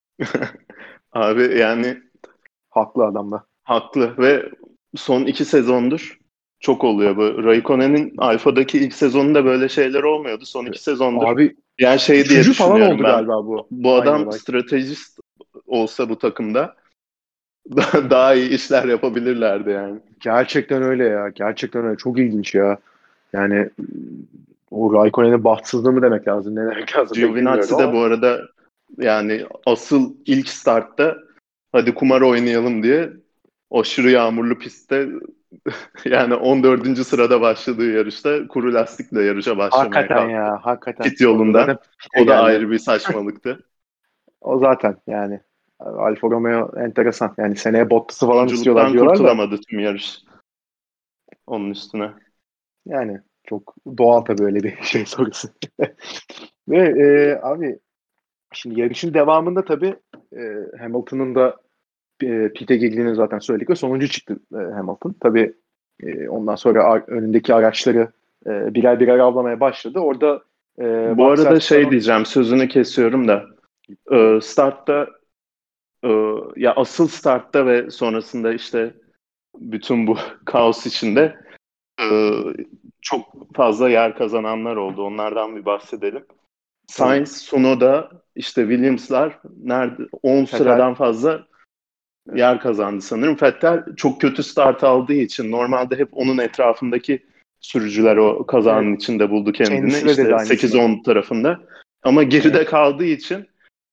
Abi yani Haklı adam da. haklı ve son 2 sezondur çok oluyor bu. Raikkonen'in Alfa'daki ilk sezonunda böyle şeyler olmuyordu. Son 2 sezondur Abi yani şey diye üçüncü falan düşünüyorum oldu ben. galiba bu. Bu Aynı adam olay. stratejist olsa bu takımda daha iyi işler yapabilirlerdi yani. Gerçekten öyle ya. Gerçekten öyle. Çok ilginç ya. Yani o Raikkonen'in bahtsızlığı mı demek lazım? Ne demek lazım pek bilmiyorum Giovinazzi de ama bu arada yani asıl ilk startta hadi kumar oynayalım diye aşırı yağmurlu pistte yani 14. sırada başladığı yarışta kuru lastikle yarışa başlamaya hakikaten kalktı. ya. Hakikaten. Pit Orada yolunda. zaten pite O da geldi. ayrı bir saçmalıktı. O zaten yani. Alfa Romeo enteresan. Yani seneye Bottas'ı falan istiyorlar Oyunculuktan diyorlar da kurtulamadı tüm yarış onun üstüne. yani çok doğal tabii öyle bir şey sorusu. Ve abi şimdi yarışın devamında tabii Hamilton'ın da pite girdiğini zaten söyledik ve sonuncu çıktı Hamilton. Tabii ondan sonra önündeki araçları birer birer avlamaya başladı. Orada Bu Max arada şey Verstappen diyeceğim, sözünü kesiyorum da startta e, ya asıl startta ve sonrasında işte bütün bu kaos içinde e, çok fazla yer kazananlar oldu. Onlardan bir bahsedelim. tabii Sainz, Tsunoda, işte Williams'lar nerede 10 Vettel sıradan fazla yer kazandı sanırım. Vettel çok kötü start aldığı için normalde hep onun etrafındaki sürücüler o kazanın evet, içinde buldu kendini. kendisi de dedi İşte aynısını. 8-10 tarafında. Ama geride Evet. kaldığı için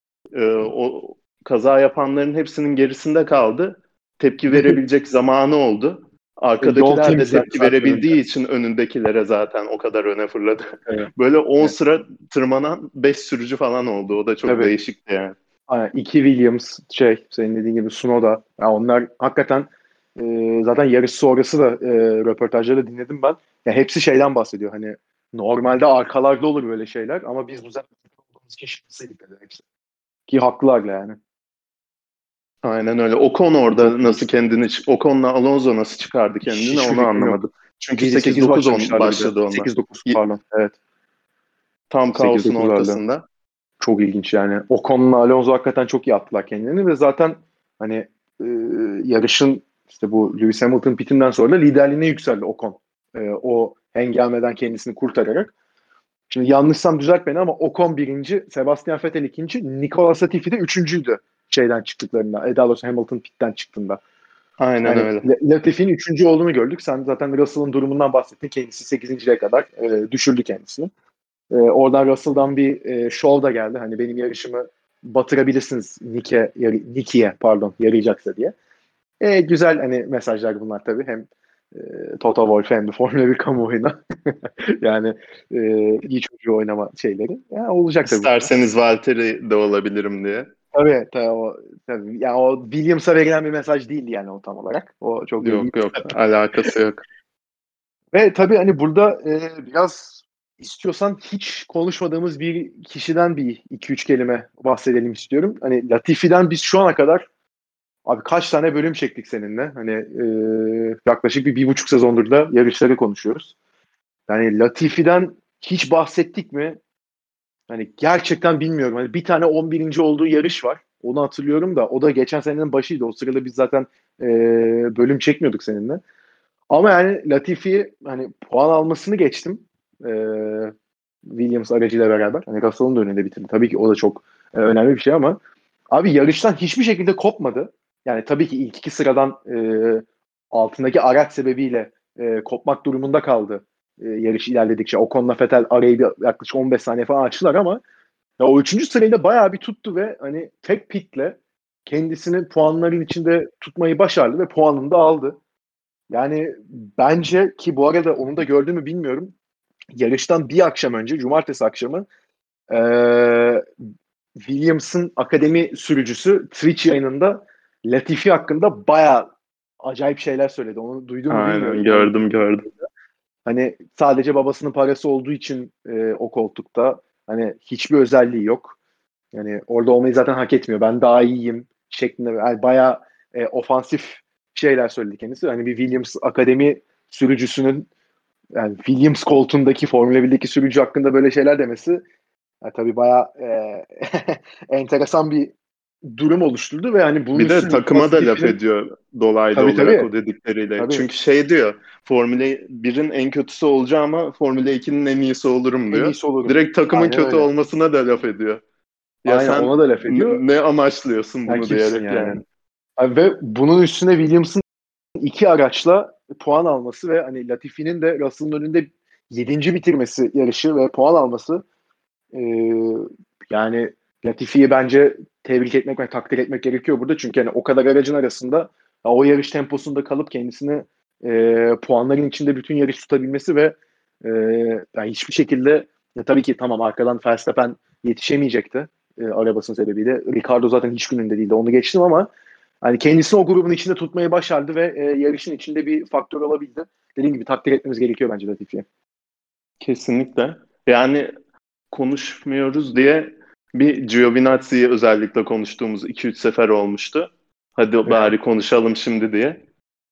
o kaza yapanların hepsinin gerisinde kaldı. Tepki verebilecek zamanı oldu. Yol Arkadakiler de temizlendi tepki zaten önünde. verebildiği için önündekilere zaten o kadar öne fırladı. Evet. Böyle 10 Evet. sıra tırmanan 5 sürücü falan oldu. O da çok Tabii. değişikti yani. Aynen. İki Williams senin dediğin gibi Tsunoda. Ya onlar hakikaten zaten yarış sonrası da röportajları dinledim ben. Ya hepsi şeyden bahsediyor. Hani normalde arkalarda olur böyle şeyler ama biz bu zaten şansıydık dedi hepsi. Ki haklılar yani. Aynen öyle. Ocon Çok orada nasıl ilginç. kendini, Ocon'la Alonso nasıl çıkardı kendini Hiçbir onu fikrim yok. anlamadım. Çünkü 7-8 8-9 başlamışlardı bir de. başladı onlar. 8-9 pardon. Evet. Tam kaosun 8-9'larla. ortasında. Çok ilginç yani. Ocon'la Alonso hakikaten çok iyi attılar kendilerini ve zaten hani e, yarışın işte bu Lewis Hamilton pitinden sonra da liderliğine yükseldi Ocon. O hengameden kendisini kurtararak. Şimdi yanlışsam düzelt beni ama Ocon birinci, Sebastian Vettel ikinci, Nicolas Latifi de üçüncüydü şeyden çıktıklarında. Daha doğrusu Hamilton pitten çıktığında. Aynen Yani öyle. Latifi'nin üçüncü olduğunu gördük. Sen zaten Russell'ın durumundan bahsettin. Kendisi 8.'ye kadar düşürdü kendisini. Oradan Russell'dan bir şov da geldi. Hani benim yarışımı batırabilirsiniz Nicky'ye pardon yarayacaksa diye. Güzel hani mesajlar bunlar tabii. Hem Toto Wolff hem de Formula 1 kamuoyuna. Yani iyi çocuğu oynama şeyleri. Yani olacak tabii bunlar. İsterseniz Valtteri de olabilirim diye. Tabii. Yani o Williams'a verilen bir mesaj değildi yani o tam olarak. O çok ilginç. Yok yok, alakası yok. Ve tabii hani burada biraz istiyorsan hiç konuşmadığımız bir kişiden bir iki üç kelime bahsedelim istiyorum. Hani Latifi'den biz şu ana kadar abi kaç tane bölüm çektik seninle. Hani yaklaşık bir buçuk sezondur da yarışları konuşuyoruz. Yani Latifi'den hiç bahsettik mi? Hani gerçekten bilmiyorum. Hani bir tane 11. olduğu yarış var. Onu hatırlıyorum da o da geçen senenin başıydı. O sırada biz zaten e, bölüm çekmiyorduk seninle. Ama yani Latifi hani puan almasını geçtim. Williams aracıyla beraber. Hani Russell'ın da önünde bitirdi. Tabii ki o da çok önemli bir şey ama abi yarıştan hiçbir şekilde kopmadı. Yani tabii ki ilk iki sıradan altındaki araç sebebiyle kopmak durumunda kaldı. Yarış ilerledikçe. Ocon'la Vettel arayı bir yaklaşık 15 saniye falan açtılar ama ya o üçüncü sırayı da bayağı bir tuttu ve hani tek pitle kendisini puanların içinde tutmayı başardı ve puanını da aldı. Yani bence ki bu arada onu da gördüğümü bilmiyorum. Yarıştan bir akşam önce, cumartesi akşamı Williams'ın akademi sürücüsü Twitch yayınında Latifi hakkında bayağı acayip şeyler söyledi. Onu duydun mu Aynen, bilmiyorum. Hani, gördüm. hani sadece babasının parası olduğu için o koltukta hani hiçbir özelliği yok. Yani orada olmayı zaten hak etmiyor. Ben daha iyiyim şeklinde yani bayağı ofansif şeyler söyledi kendisi. Hani bir Williams akademi sürücüsünün yani Williams koltuğundaki Formula 1'deki sürücü hakkında böyle şeyler demesi tabii bayağı enteresan bir durum oluşturdu ve hani bunun Bir de üstüne takıma Nicolas da laf Latifi'nin ediyor dolaylı tabii olarak tabii o dedikleriyle. tabii Çünkü şey diyor, Formula 1'in en kötüsü olacağım ama Formula 2'nin en iyisi olurum en diyor. iyisi olurum. Direkt takımın Aynen kötü öyle. olmasına da laf ediyor. Ya Aynen sen ona da laf ediyor. ne amaçlıyorsun Sen bunu kimsin diyerek yani? yani. Ve bunun üstüne Williams'ın iki araçla puan alması ve hani Latifi'nin de Russell'ın önünde 7. bitirmesi yarışı ve puan alması, e, yani Latifi'yi bence tebrik etmek ve takdir etmek gerekiyor burada. Çünkü hani o kadar aracın arasında o yarış temposunda kalıp kendisini puanların içinde bütün yarış tutabilmesi ve yani hiçbir şekilde, tabii ki tamam, arkadan Verstappen yetişemeyecekti arabasının sebebiyle. Ricardo zaten hiç gününde değildi. Onu geçtim ama hani kendisini o grubun içinde tutmayı başardı ve yarışın içinde bir faktör olabildi. Dediğim gibi takdir etmemiz gerekiyor bence Latifi'ye. Kesinlikle. Yani konuşmuyoruz diye bir Giovinazzi'yi özellikle konuştuğumuz 2-3 sefer olmuştu. Hadi Evet. bari konuşalım şimdi diye.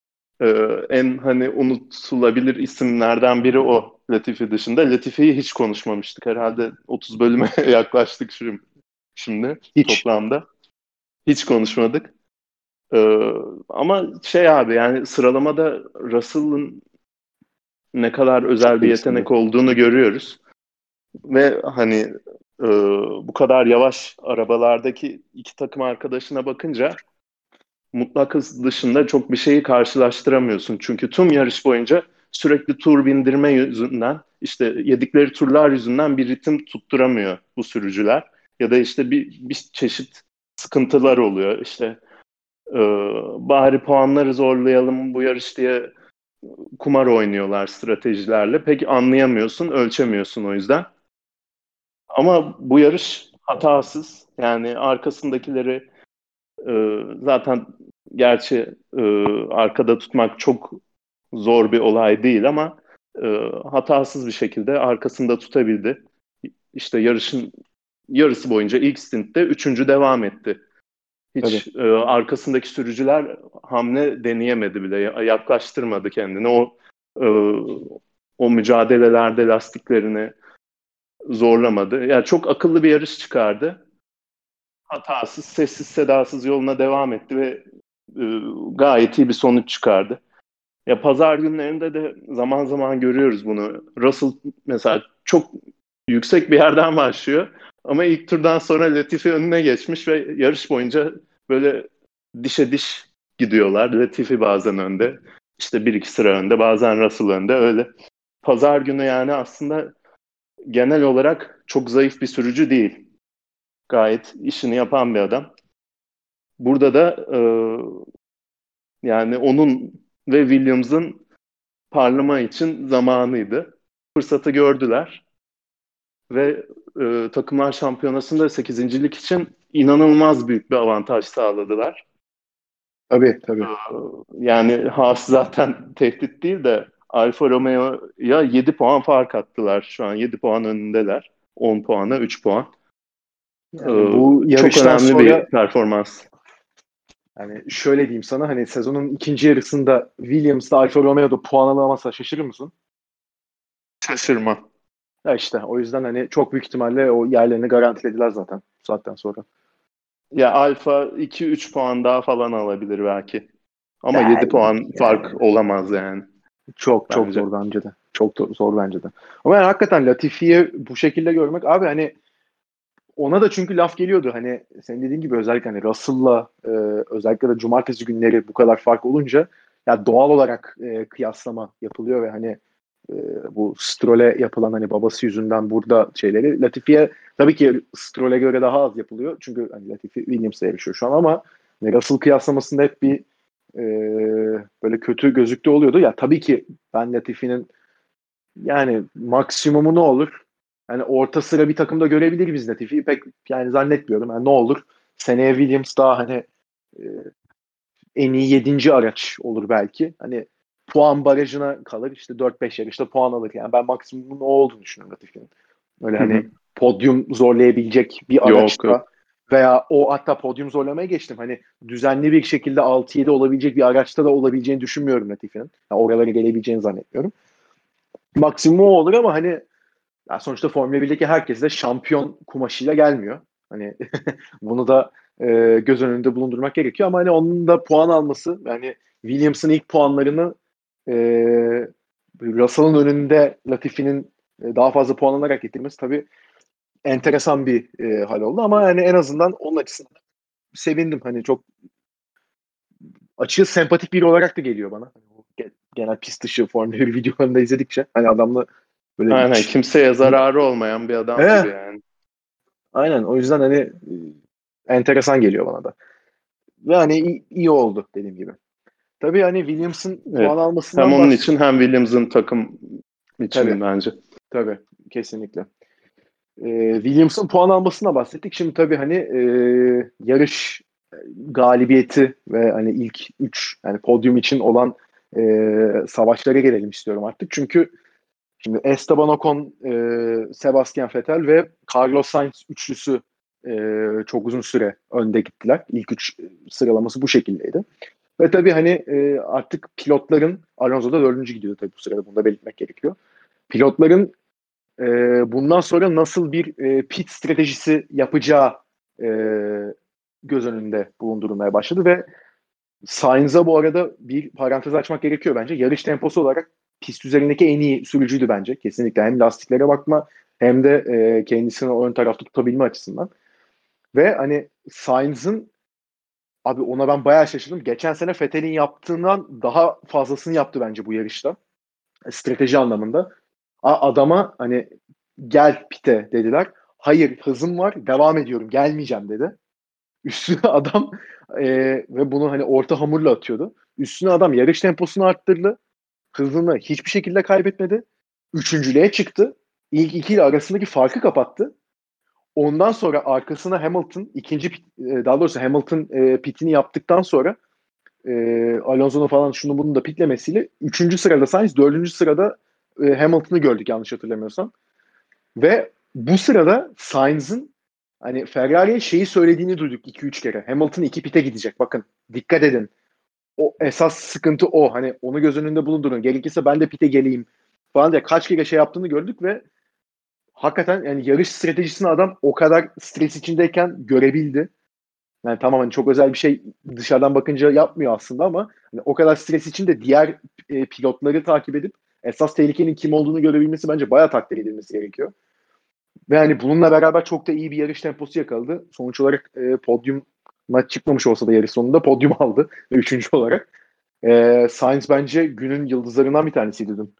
En hani unutulabilir isimlerden biri o Latifi dışında. Latifi'yi hiç konuşmamıştık. Herhalde 30 bölüme yaklaştık şimdi Hiç. toplamda. Hiç konuşmadık. Ee, Ama şey abi, yani sıralamada Russell'ın ne kadar özel Çok bir geliştirdi. yetenek olduğunu görüyoruz. Ve hani bu kadar yavaş arabalardaki iki takım arkadaşına bakınca mutlak hız dışında çok bir şeyi karşılaştıramıyorsun. Çünkü tüm yarış boyunca sürekli tur bindirme yüzünden, işte yedikleri turlar yüzünden bir ritim tutturamıyor bu sürücüler. Ya da işte bir çeşit sıkıntılar oluyor. İşte e, bari puanları zorlayalım bu yarış diye kumar oynuyorlar stratejilerle. Pek anlayamıyorsun, ölçemiyorsun o yüzden. Ama bu yarış hatasız. Yani arkasındakileri zaten, gerçi arkada tutmak çok zor bir olay değil ama e, hatasız bir şekilde arkasında tutabildi. İşte yarışın yarısı boyunca ilk stintte üçüncü devam etti. Tabii. Hiç arkasındaki sürücüler hamle deneyemedi bile, yaklaştırmadı kendini. E, o mücadelelerde lastiklerini zorlamadı. Yani çok akıllı bir yarış çıkardı. Hatasız, sessiz, sedasız yoluna devam etti ve gayet iyi bir sonuç çıkardı. Ya pazar günlerinde de zaman zaman görüyoruz bunu. Russell mesela çok yüksek bir yerden başlıyor ama ilk turdan sonra Latifi önüne geçmiş ve yarış boyunca böyle dişe diş gidiyorlar. Latifi bazen önde, işte bir iki sıra önde, bazen Russell önde, öyle. Pazar günü yani aslında genel olarak çok zayıf bir sürücü değil. Gayet işini yapan bir adam. Burada da yani onun ve Williams'ın parlama için zamanıydı. Fırsatı gördüler ve takımlar şampiyonasında sekizincilik için inanılmaz büyük bir avantaj sağladılar. Tabii, tabii. Yani Haas zaten tehdit değil de Alfa Romeo'ya 7 puan fark attılar. Şu an 7 puan önündeler. 10 puana 3 puan. Yani bu Çok yarıştan önemli sonra, bir performans. yani şöyle diyeyim sana, hani sezonun ikinci yarısında Williams'la Alfa Romeo'da puan alamazsa şaşırır mısın? Şaşırma. Ya işte o yüzden hani çok büyük ihtimalle o yerlerini garantilediler zaten bu saatten sonra. Ya Alfa 2-3 puan daha falan alabilir belki. Ama 7 Yani, puan yani fark olamaz yani çok çok bence. zor bence de. Çok zor bence de. Ama yani hakikaten Latifi'yi bu şekilde görmek abi, hani ona da çünkü laf geliyordu, hani senin dediğin gibi özellikle hani Russell'la özellikle de cumartesi günleri bu kadar fark olunca ya doğal olarak kıyaslama yapılıyor ve hani e, bu Stroll'e yapılan hani babası yüzünden burada şeyleri, Latifi'ye tabii ki Stroll'e göre daha az yapılıyor. Çünkü hani Latifi Williams'la yarışıyor şu an ama hani Russell kıyaslamasında hep bir e, böyle kötü gözüktü oluyordu. Ya tabii ki ben Latifi'nin yani maksimumu ne olur? Yani orta sıra bir takımda görebilir biz Latifi'yi. Pek yani zannetmiyorum. Yani ne olur? Seneye Williams daha hani e, en iyi 7. araç olur belki. Hani puan barajına kalır. İşte 4-5 yarışta puan alır. Yani ben maksimumun o olduğunu düşünüyorum Latifi'nin. Öyle Hı hani hı. podyum zorlayabilecek bir Yok araçta yok. veya o, hatta podyum zorlamaya geçtim. Hani düzenli bir şekilde 6-7 olabilecek bir araçta da olabileceğini düşünmüyorum Latifi'nin. Yani oralara gelebileceğini zannetmiyorum. Maksimum o olur ama hani ya sonuçta Formula 1'deki herkes de şampiyon kumaşıyla gelmiyor. Hani bunu da göz önünde bulundurmak gerekiyor ama hani onun da puan alması, yani Williams'ın ilk puanlarını e, Russell'ın önünde Latifi'nin daha fazla puan alarak getirmesi tabii enteresan bir hal oldu ama yani en azından onun açısından sevindim. Hani çok açıkçası sempatik biri olarak da geliyor bana. genel pist dışı Formula 1 videolarında izledikçe hani adamla böyle Aynen, hiç kimseye zararı olmayan bir adam gibi eh, yani. aynen o yüzden hani enteresan geliyor bana da. Ve hani iyi oldu dediğim gibi. Tabii hani Williams'ın puan Evet. Hem almasından onun için hem Williams'ın takım tabii için bence. tabii kesinlikle. Williams'ın puan almasına bahsettik. Şimdi tabii hani yarış galibiyeti ve hani ilk 3 yani podyum için olan savaşlara gelelim istiyorum artık. Çünkü şimdi Esteban Ocon, Sebastian Vettel ve Carlos Sainz üçlüsü çok uzun süre önde gittiler. İlk 3 sıralaması bu şekildeydi. Ve tabii hani artık pilotların Alonso da 4. gidiyor tabii bu sırada bunu da belirtmek gerekiyor. Pilotların bundan sonra nasıl bir pit stratejisi yapacağı e, göz önünde bulundurulmaya başladı ve Sainz'a bu arada bir parantez açmak gerekiyor bence. Yarış temposu olarak pist üzerindeki en iyi sürücüydü bence. Kesinlikle hem lastiklere bakma hem de kendisini ön tarafta tutabilme açısından. Ve hani Sainz'ın abi ona ben bayağı şaşırdım. Geçen sene Vettel'in yaptığından daha fazlasını yaptı bence bu yarışta. Strateji anlamında. Adama hani gel pite dediler. Hayır hızım var devam ediyorum gelmeyeceğim dedi. Üstüne adam ve bunu hani orta hamurla atıyordu. Üstüne adam yarış temposunu arttırdı. Hızını hiçbir şekilde kaybetmedi. Üçüncülüğe çıktı. İlk ikiyle arasındaki farkı kapattı. Ondan sonra arkasına Hamilton daha doğrusu Hamilton pitini yaptıktan sonra Alonso'nun falan şunu bunu da pitlemesiyle 3. sırada Sainz, 4. sırada Hamilton'ı gördük yanlış hatırlamıyorsam. Ve bu sırada Sainz'ın hani Ferrari'ye şeyi söylediğini duyduk 2-3 kere. Hamilton 2 pite gidecek. Bakın dikkat edin. O esas sıkıntı o. Hani onu göz önünde bulundurun. Gerekirse ben de pite geleyim falan diye kaç kere şey yaptığını gördük ve hakikaten yani yarış stratejisini adam o kadar stres içindeyken görebildi. Yani tamam hani çok özel bir şey dışarıdan bakınca yapmıyor aslında ama hani o kadar stres içinde diğer pilotları takip edip esas tehlikenin kim olduğunu görebilmesi bence bayağı takdir edilmesi gerekiyor. Ve hani bununla beraber çok da iyi bir yarış temposu yakaladı. Sonuç olarak podyuma çıkmamış olsa da yarış sonunda podyum aldı. Ve 3. olarak. Sainz bence günün yıldızlarından bir tanesiydi dün.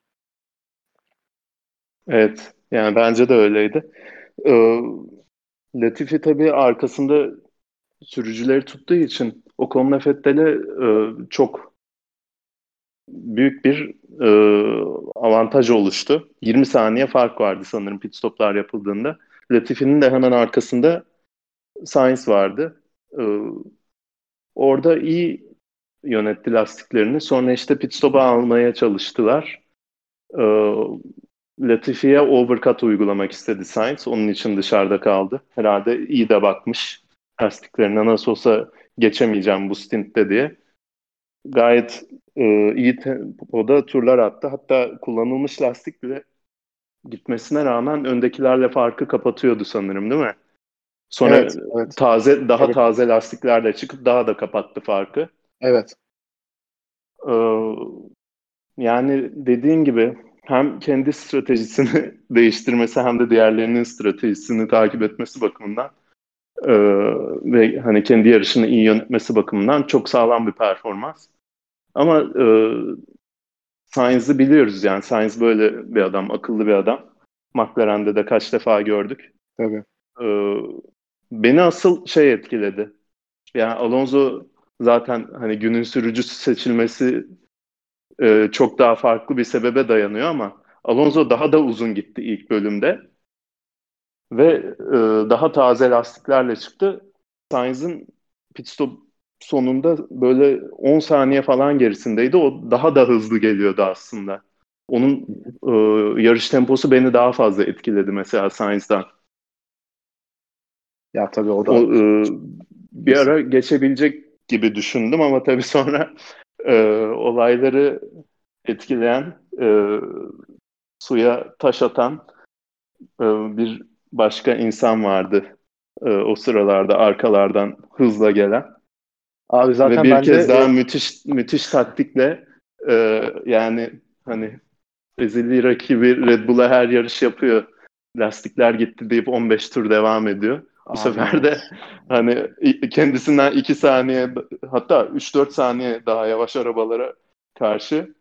Evet. Yani bence de öyleydi. Ee, Latifi tabii arkasında sürücüleri tuttuğu için Ocon'la Vettel'e çok büyük bir e, avantaj oluştu. 20 saniye fark vardı sanırım pit stoplar yapıldığında. Latifi'nin de hemen arkasında Sainz vardı. Orada iyi yönetti lastiklerini. Sonra işte pit stop'a almaya çalıştılar. E, Latifi'ye overcut uygulamak istedi Sainz. Onun için dışarıda kaldı. Herhalde iyi de bakmış. Lastiklerine nasıl olsa geçemeyeceğim bu stintte diye. Gayet iyi tempoda turlar attı. Hatta kullanılmış lastik bile gitmesine rağmen öndekilerle farkı kapatıyordu sanırım, değil mi? Sonra Evet, evet. daha Evet, taze lastiklerle çıkıp daha da kapattı farkı. evet. Ee, Yani dediğin gibi hem kendi stratejisini değiştirmesi hem de diğerlerinin stratejisini takip etmesi bakımından e, ve hani kendi yarışını iyi yönetmesi bakımından çok sağlam bir performans. Ama Sainz'ı biliyoruz yani. Sainz böyle bir adam, akıllı bir adam. McLaren'de de kaç defa gördük. Tabii. Ee, Beni asıl şey etkiledi. Yani Alonso zaten hani günün sürücüsü seçilmesi çok daha farklı bir sebebe dayanıyor ama Alonso daha da uzun gitti ilk bölümde ve daha taze lastiklerle çıktı. Sainz'ın pit stop sonunda böyle 10 saniye falan gerisindeydi. O daha da hızlı geliyordu aslında. Onun yarış temposu beni daha fazla etkiledi mesela Sainz'dan. Ya tabii o O, da bir kesin. ara geçebilecek gibi düşündüm ama tabii sonra olayları etkileyen, suya taş atan bir başka insan vardı. O sıralarda arkalardan hızla gelen Abi ve zaten bir ben de kez daha müthiş taktikle yani hani ezeli rakibi Red Bull'a her yarış yapıyor. Lastikler gitti deyip 15 tur devam ediyor. Bu abi sefer evet. de hani kendisinden 2 saniye hatta 3-4 saniye daha yavaş arabalara karşı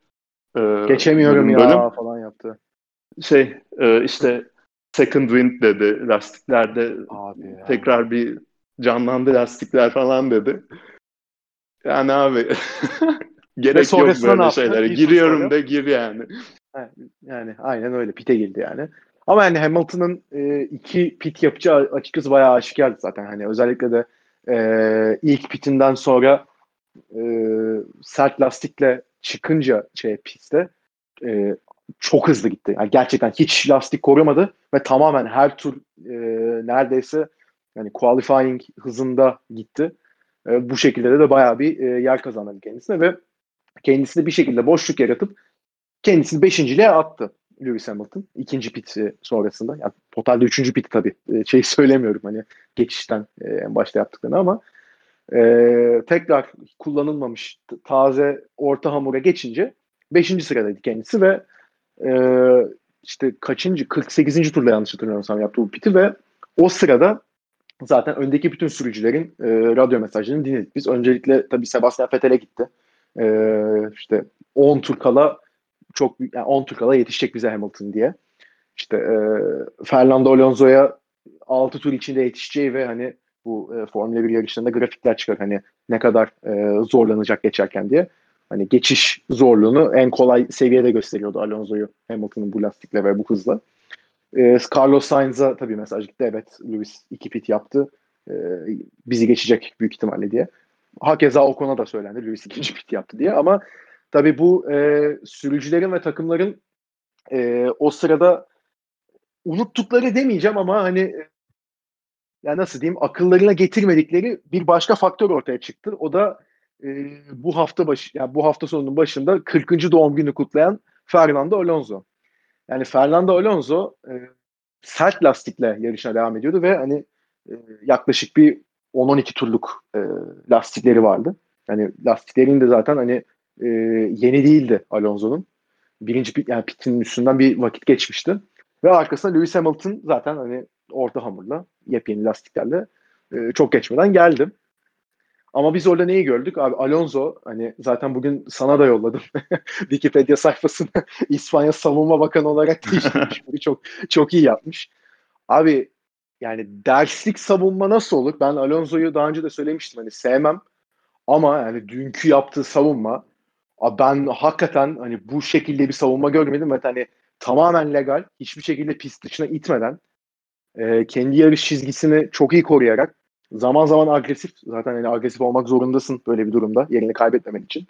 Geçemiyorum bölüm. ya falan yaptı. İşte second wind dedi. Lastiklerde Abi aynen. tekrar bir canlandı lastikler falan dedi. Yani abi Ve gerek yok sonrasında ne böyle yaptı? şeylere. Bir tur Giriyorum sonra. da gir yani. Yani aynen öyle. Pit'e girdi yani. Ama yani Hamilton'ın iki pit yapacağı açıkçası bayağı aşikardı zaten. Hani özellikle de ilk pitinden sonra e, sert lastikle çıkınca pistte e, çok hızlı gitti. Yani gerçekten hiç lastik korumadı ve tamamen her tur neredeyse yani qualifying hızında gitti. Bu şekilde de bayağı bir yer kazandı kendisine ve kendisini bir şekilde boşluk yaratıp kendisini beşinciliğe attı Lewis Hamilton. İkinci pit sonrasında. Yani totalde üçüncü pit tabii. Şeyi söylemiyorum hani geçişten en başta yaptıklarını ama tekrar kullanılmamış taze orta hamura geçince beşinci sıradaydı kendisi ve e, işte kaçıncı 48. turda yanlış hatırlamıyorsam yaptı bu piti ve o sırada zaten öndeki bütün sürücülerin radyo mesajlarını dinledik. Biz öncelikle tabii Sebastian Vettel'e gitti. İşte 10 tur kala yani 10 tur kala yetişecek bize Hamilton diye. İşte Fernando Alonso'ya 6 tur içinde yetişeceği ve hani bu Formula 1 yarışlarında grafikler çıkar hani ne kadar zorlanacak geçerken diye. Hani geçiş zorluğunu en kolay seviyede gösteriyordu Alonso'yu Hamilton'ın bu lastikle ve bu hızla. Carlos Sainz'a tabii mesaj gitti. Evet Lewis 2 pit yaptı. E, Bizi geçecek büyük ihtimalle diye. Hakeza Ocon'a da söylendi. Lewis ikinci pit yaptı diye. Ama tabii bu sürücülerin ve takımların o sırada unuttukları demeyeceğim ama hani ya nasıl diyeyim akıllarına getirmedikleri bir başka faktör ortaya çıktı. O da bu hafta sonunun başında 40. doğum günü kutlayan Fernando Alonso. Yani Fernando Alonso sert lastikle yarışına devam ediyordu ve hani e, yaklaşık bir 10-12 turluk lastikleri vardı. Yani lastiklerin de zaten hani e, yeni değildi Alonso'nun. Birinci pit, yani pitinin üstünden bir vakit geçmişti. Ve arkasında Lewis Hamilton zaten hani orta hamurla, yepyeni lastiklerle çok geçmeden geldi. Ama biz orada neyi gördük? Abi Alonso hani zaten bugün sana da yolladım. Wikipedia sayfasını İspanya Savunma Bakanı olarak değiştirmiş. Bunu çok çok iyi yapmış. Abi yani derslik savunma nasıl olur? Ben Alonso'yu daha önce de söylemiştim hani sevmem ama yani dünkü yaptığı savunma ben hakikaten hani bu şekilde bir savunma görmedim ve hani tamamen legal, hiçbir şekilde pist dışına itmeden kendi yarış çizgisini çok iyi koruyarak zaman zaman agresif zaten hani agresif olmak zorundasın böyle bir durumda yerini kaybetmemen için.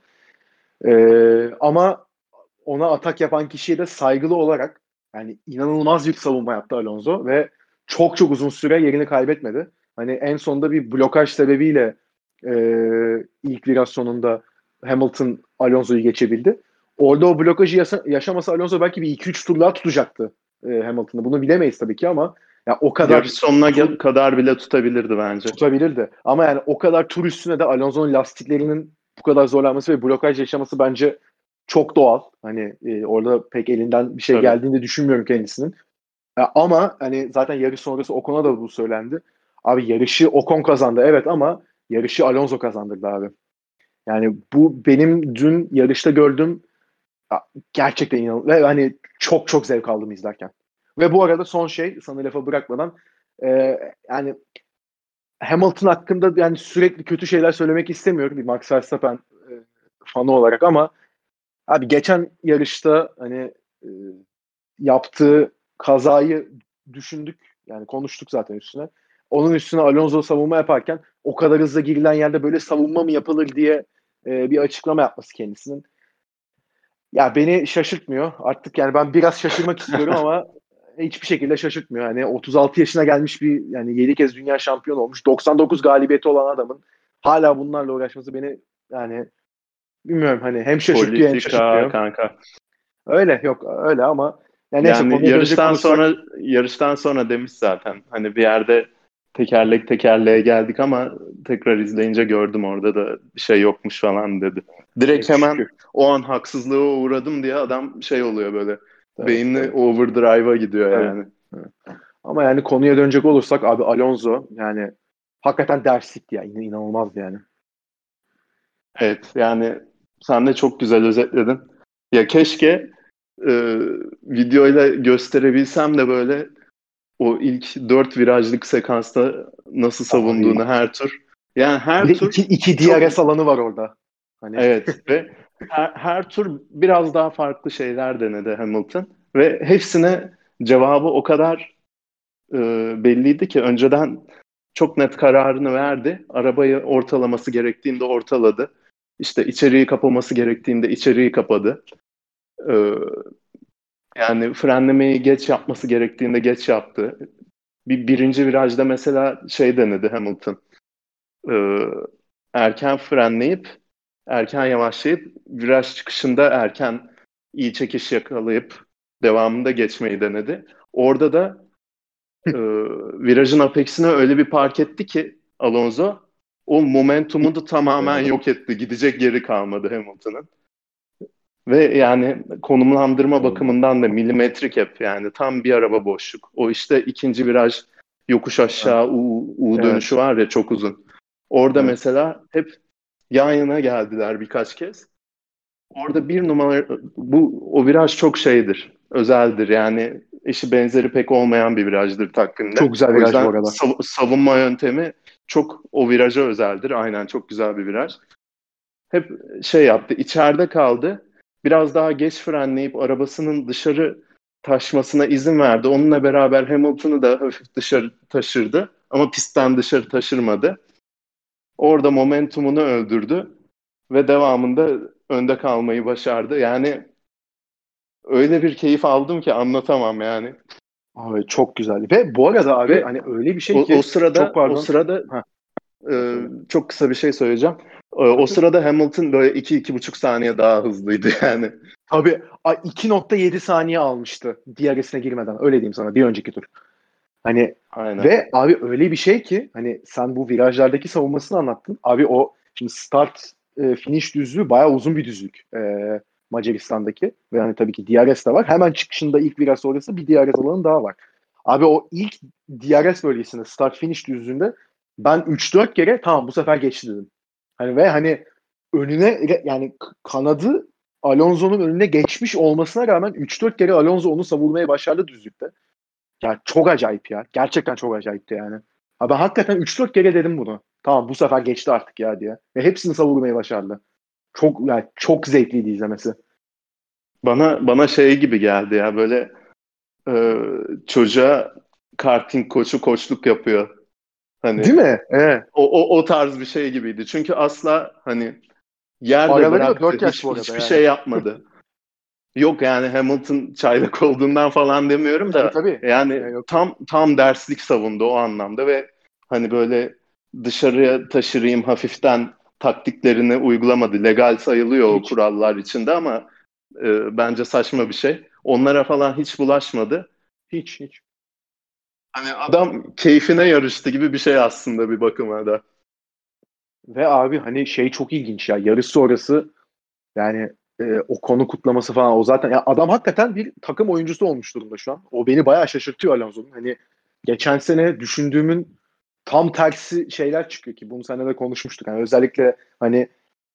Ama ona atak yapan kişiye de saygılı olarak yani inanılmaz bir savunma yaptı Alonso ve çok çok uzun süre yerini kaybetmedi. Hani en sonunda bir blokaj sebebiyle e, ilk viraj sonunda Hamilton Alonso'yu geçebildi. Orada o blokajı yaşamasa Alonso belki bir 2-3 tur daha tutacaktı Hamilton'ı. Bunu bilemeyiz tabii ki ama ya o kadar Yarış sonuna tur kadar bile tutabilirdi bence. tutabilirdi. Ama yani o kadar tur üstüne de Alonso'nun lastiklerinin bu kadar zorlanması ve blokaj yaşaması bence çok doğal. Hani orada pek elinden bir şey Tabii. geldiğini de düşünmüyorum kendisinin. Ama hani zaten yarış sonrası Ocon'a da bu söylendi. Abi yarışı Ocon kazandı evet ama yarışı Alonso kazandırdı abi. Yani bu benim dün yarışta gördüğüm gerçekten inanılmaz. Ve hani çok çok zevk aldım izlerken. Ve bu arada son şey sana lafa bırakmadan e, yani Hamilton hakkında yani sürekli kötü şeyler söylemek istemiyorum bir Max Verstappen fanı olarak ama abi geçen yarışta hani e, yaptığı kazayı düşündük. Yani konuştuk zaten üstüne. Onun üstüne Alonso savunma yaparken o kadar hızlı girilen yerde böyle savunma mı yapılır diye bir açıklama yapması kendisinin. Ya beni şaşırtmıyor. Artık yani ben biraz şaşırmak istiyorum ama hiçbir şekilde şaşırtmıyor. Hani 36 yaşına gelmiş bir yani 7 kez dünya şampiyonu olmuş. 99 galibiyeti olan adamın hala bunlarla uğraşması beni yani bilmiyorum hani hem şaşırtıyor hem Politika şaşırtmıyor. kanka. Öyle yok öyle ama yani neyse Yani konuya dönecek olursak yarıştan sonra demiş zaten. Hani bir yerde tekerlek tekerleğe geldik ama tekrar izleyince gördüm orada da bir şey yokmuş falan dedi. Direkt hemen şükür. o an haksızlığa uğradım diye adam şey oluyor böyle. Tabii, Beyni tabii, overdrive'a gidiyor tabii. yani. Evet. Ama yani konuya dönecek olursak abi Alonso yani hakikaten derslikti ya inanılmazdı yani. Evet yani sen de çok güzel özetledin. Ya keşke e, videoyla gösterebilsem de böyle o ilk 4 virajlık sekansta nasıl Abi savunduğunu her tur. Yani bir her de tur iki çok, DRS alanı var orada. Hani evet, ve her tur biraz daha farklı şeyler denedi Hamilton ve hepsine cevabı o kadar belliydi ki önceden çok net kararını verdi. Arabayı ortalaması gerektiğinde ortaladı. İşte içeriği kapaması gerektiğinde içeriği kapadı. E, Yani frenlemeyi geç yapması gerektiğinde geç yaptı. Birinci virajda mesela şey denedi Hamilton. Ee, Erken frenleyip, erken yavaşlayıp, viraj çıkışında erken iyi çekiş yakalayıp devamında geçmeyi denedi. Orada da e, virajın apexine öyle bir park etti ki Alonso, o momentumu da tamamen yok etti. Gidecek yeri kalmadı Hamilton'ın. Ve yani konumlandırma bakımından da milimetrik hep, yani tam bir araba boşluk. O işte ikinci viraj yokuş aşağı U dönüşü evet, var ya, çok uzun. Orada evet. mesela hep yan yana geldiler birkaç kez. Orada bir numara, bu o viraj çok şeydir, özeldir. Yani eşi benzeri pek olmayan bir virajdır takvimde. Çok güzel O viraj bu yüzden arada. savunma yöntemi çok o viraja özeldir. Aynen, çok güzel bir viraj. Hep şey yaptı, içeride kaldı. Biraz daha geç frenleyip arabasının dışarı taşmasına izin verdi. Onunla beraber Hamilton'ı da hafif dışarı taşırdı. Ama pistten dışarı taşırmadı. Orada momentumunu öldürdü ve devamında önde kalmayı başardı. Yani öyle bir keyif aldım ki anlatamam yani. Abi çok güzel. Ve bu arada abi Ve hani öyle bir şey o ki çok sırada o pardon. sırada Ha, e, söyle. çok kısa bir şey söyleyeceğim. O sırada Hamilton böyle 2-2,5 saniye daha hızlıydı yani. Tabii 2,7 saniye almıştı DRS'ine girmeden. Öyle diyeyim sana bir önceki tur. Hani Aynen. ve abi öyle bir şey ki hani sen bu virajlardaki savunmasını anlattın. Abi o şimdi start finish düzlüğü bayağı uzun bir düzlük Macaristan'daki. Ve hani tabii ki DRS de var. Hemen çıkışında ilk viraj sonrası bir DRS alanı daha var. Abi o ilk DRS bölgesinde start finish düzlüğünde ben 3-4 kere tamam bu sefer geçti dedim. Hani ve hani önüne yani kanadı Alonso'nun önüne geçmiş olmasına rağmen 3-4 kere Alonso onu savurmaya başardı düzlükte. Ya çok acayip ya. Gerçekten çok acayipti yani. Ha ben hakikaten 3-4 kere dedim bunu. Tamam bu sefer geçti artık ya diye. Ve hepsini savurmayı başardı. Çok yani çok zevkliydi izlemesi. Bana şey gibi geldi ya, böyle e, çocuğa karting koçu koçluk yapıyor. Hani Değil mi? Evet. o tarz bir şey gibiydi. Çünkü asla hani yerde Araları da bıraktı. 4 yaş bu arada Hiçbir yani. şey yapmadı. Yok yani, Hamilton çaylak olduğundan falan demiyorum Tabii da, tabii. yani Ya, yok yok. tam derslik savundu o anlamda ve hani böyle dışarıya taşırayım hafiften taktiklerini uygulamadı. Legal sayılıyor o Hiç. kurallar içinde ama bence saçma bir şey. Onlara falan hiç bulaşmadı. Hiç hiç. Hani adam keyfine yarıştı gibi bir şey aslında bir bakıma da. Ve abi hani şey çok ilginç ya. Yarış sonrası yani o konu kutlaması falan o zaten ya adam hakikaten bir takım oyuncusu olmuş durumda şu an. O beni bayağı şaşırtıyor Alonso'nun. Hani geçen sene düşündüğümün tam tersi şeyler çıkıyor ki bunu seninle de konuşmuştuk. Yani özellikle hani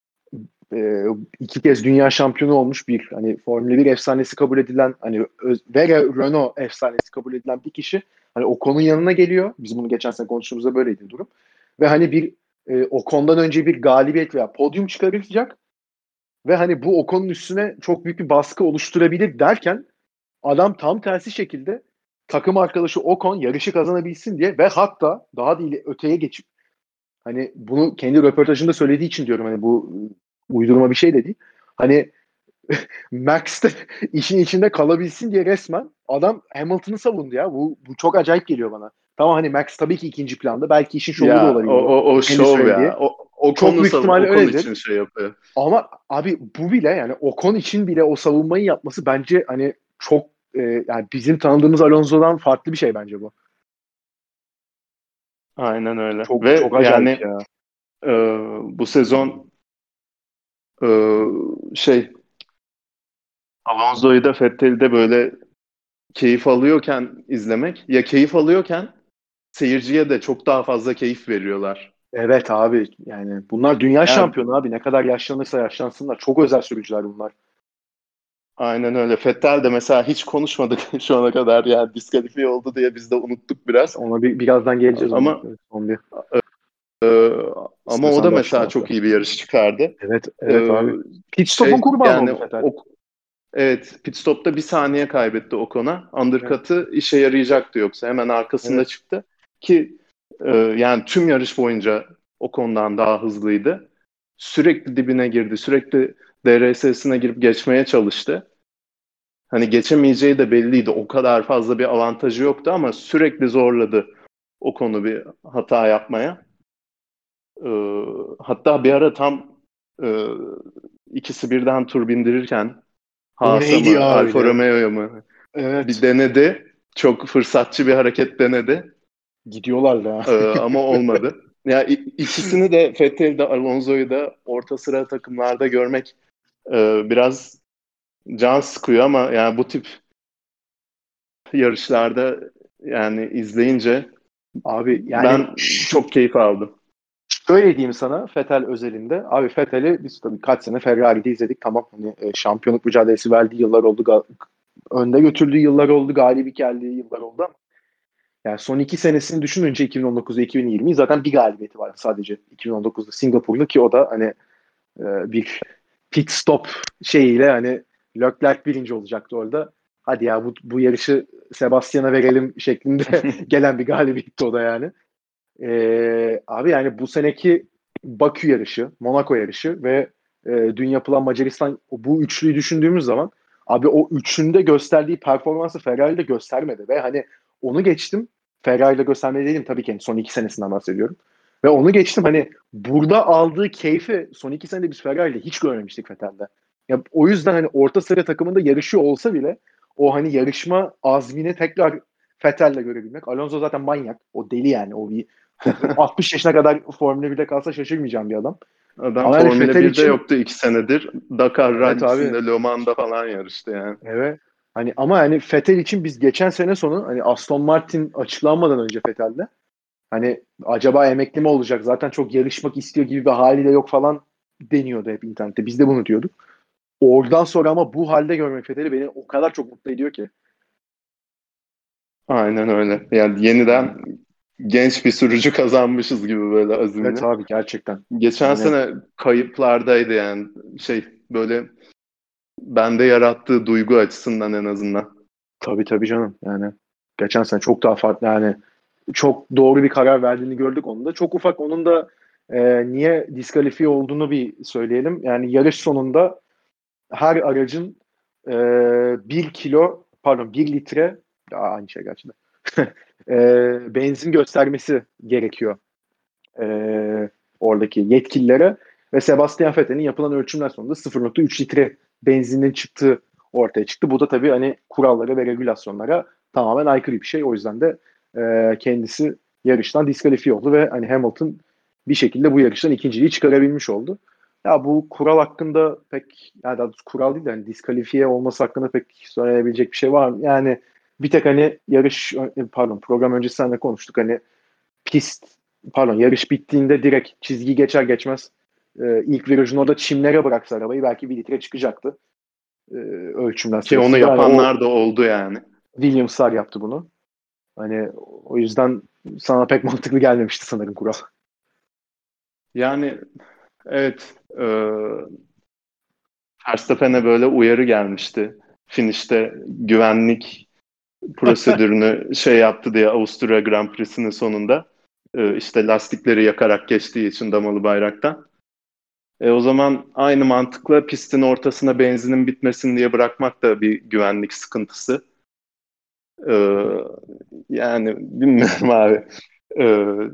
e, iki kez dünya şampiyonu olmuş bir hani Formula 1 efsanesi kabul edilen hani ve Renault efsanesi kabul edilen bir kişi hani o konunun yanına geliyor. Biz bunu geçen sene konuştuğumuzda böyleydi durum. Ve hani bir o konudan önce bir galibiyet veya podyum çıkarılacak ve hani bu Ocon'un üstüne çok büyük bir baskı oluşturabilir derken adam tam tersi şekilde takım arkadaşı Ocon yarışı kazanabilsin diye ve hatta daha değil öteye geçip hani bunu kendi röportajında söylediği için diyorum hani bu uydurma bir şey de değil. Hani Max de işin içinde kalabilsin diye resmen adam Hamilton'ı savundu ya. Bu çok acayip geliyor bana. Tamam hani Max tabii ki ikinci planda. Belki işin şovu da Ya olabilir o. o Kendi şov söylediği. ya. O Çok konu büyük ihtimalle o konu öyledir. için şey yapıyor. Ama abi bu bile yani Ocon için bile o savunmayı yapması bence hani çok yani bizim tanıdığımız Alonso'dan farklı bir şey bence bu. Aynen öyle. Çok Ve çok acayip yani ya. e, bu sezon şey, Alonso'yu da Vettel'i de böyle keyif alıyorken izlemek, ya keyif alıyorken seyirciye de çok daha fazla keyif veriyorlar. Evet abi yani bunlar dünya Yani şampiyonu abi ne kadar yaşlanırsa yaşlansınlar. Çok özel sürücüler bunlar. Aynen öyle. Fettel de mesela hiç konuşmadık şu ana kadar, yani diskalifiye oldu diye biz de unuttuk biraz. Ona birazdan geleceğiz ona. Ama Son bir e, ama o istiyorsan da başla mesela hatta. çok iyi bir yarış çıkardı. Evet, evet E, abi. Pit stop'un şey kurbanı yani oldu Vettel. evet, pit stop'ta bir saniye kaybetti Ocon'a. Evet, Undercut'ı işe yarayacaktı, yoksa hemen arkasında evet. çıktı ki yani tüm yarış boyunca Ocon'dan daha hızlıydı. Sürekli dibine girdi. Sürekli DRS'sine girip geçmeye çalıştı. Hani geçemeyeceği de belliydi. O kadar fazla bir avantajı yoktu ama sürekli zorladı o konu bir hata yapmaya. Hatta bir ara tam e, ikisi birden tur bindirirken O Haas'a neydi mı ya Alfa öyle? Romeo'ya mı bir Evet. denedi. Çok fırsatçı bir hareket denedi. Gidiyorlar da. Ama olmadı. Ya ikisini de, Vettel'i de Alonso'yu da orta sıra takımlarda görmek biraz can sıkıyor, ama yani bu tip yarışlarda yani izleyince Abi yani ben çok keyif aldım. şöyle diyeyim sana Vettel özelinde. Abi Vettel'i biz tabii kaç sene Ferrari'de izledik. Tamam hani şampiyonluk mücadelesi verdiği yıllar oldu. Önde götürdüğü yıllar oldu. Galibiyet geldiği yıllar oldu ama yani son 2 senesini düşününce 2019 ve 2020'yi zaten bir galibiyeti var sadece 2019'da Singapur'da ki o da hani bir pit stop şeyiyle hani Leclerc birinci olacaktı orada. Hadi ya bu yarışı Sebastian'a verelim şeklinde gelen bir galibiyetti o da yani. Abi yani bu seneki Bakü yarışı, Monaco yarışı ve dün yapılan Macaristan bu üçlüyü düşündüğümüz zaman abi o üçünde gösterdiği performansı Ferrari'de göstermedi ve hani onu geçtim. Ferrari'de göstermedi dedim tabii ki son 2 senesinden bahsediyorum. Ve onu geçtim hani burada aldığı keyfi son 2 senede biz Ferrari'de hiç görmemiştik Vettel'de. Ya o yüzden hani orta sıra takımında yarışıyor olsa bile o hani yarışma azmini tekrar Vettel'le görebilmek. Alonso zaten manyak. O deli yani. O bir 60 yaşına kadar Formula 1'de kalsa şaşırmayacağım bir adam. Adam Ama yani Formula Vettel 1'de için yoktu 2 senedir. Dakar evet abi. rallisinde, Le Mans'da falan yarıştı yani. Evet. Hani ama hani Vettel için biz geçen sene sonu hani Aston Martin açıklanmadan önce Vettel'de hani acaba emekli mi olacak? Zaten çok yarışmak istiyor gibi bir hali de yok falan deniyordu hep internette. Biz de bunu diyorduk. Oradan sonra ama bu halde görmek Vettel'i beni o kadar çok mutlu ediyor ki. Aynen öyle. Yani yeniden genç bir sürücü kazanmışız gibi, böyle Evet azimli. abi gerçekten. Geçen Yani sene kayıplardaydı yani, böyle bende yarattığı duygu açısından en azından. tabii canım. Yani geçen sene çok daha farklı yani çok doğru bir karar verdiğini gördük onun da. Çok ufak onun da niye diskalifiye olduğunu bir söyleyelim. Yani yarış sonunda her aracın 1 kilo pardon 1 litre aynı şey gerçekten benzin göstermesi gerekiyor oradaki yetkililere ve Sebastian Vettel'in yapılan ölçümler sonunda 0,3 litre benzinin çıktığı ortaya çıktı. Bu da tabii hani kurallara ve regülasyonlara tamamen aykırı bir şey. O yüzden de kendisi yarıştan diskalifiye oldu ve hani Hamilton bir şekilde bu yarıştan ikinciliği çıkarabilmiş oldu. Ya bu kural hakkında pek yani daha doğrusu kural değil de hani diskalifiye olması hakkında pek söylenebilecek bir şey var mı? Yani bir tek hani pardon program öncesinden de konuştuk hani pist yarış bittiğinde direkt çizgi geçer geçmez ilk virajın orada çimlere bıraksa arabayı belki 1 litre çıkacaktı ölçümler Ki onu sırasında. Hani o yapanlar da oldu yani. Williams'lar yaptı bunu. Hani o yüzden sana pek mantıklı gelmemişti sanırım kural. Yani evet, Verstappen'e böyle uyarı gelmişti. Finişte güvenlik prosedürünü yaptı diye, Avusturya Grand Prix'sinin sonunda. İşte lastikleri yakarak geçtiği için damalı bayraktan. O zaman aynı mantıkla pistin ortasına benzinin bitmesin diye bırakmak da bir güvenlik sıkıntısı. E, Yani bilmiyorum abi. E,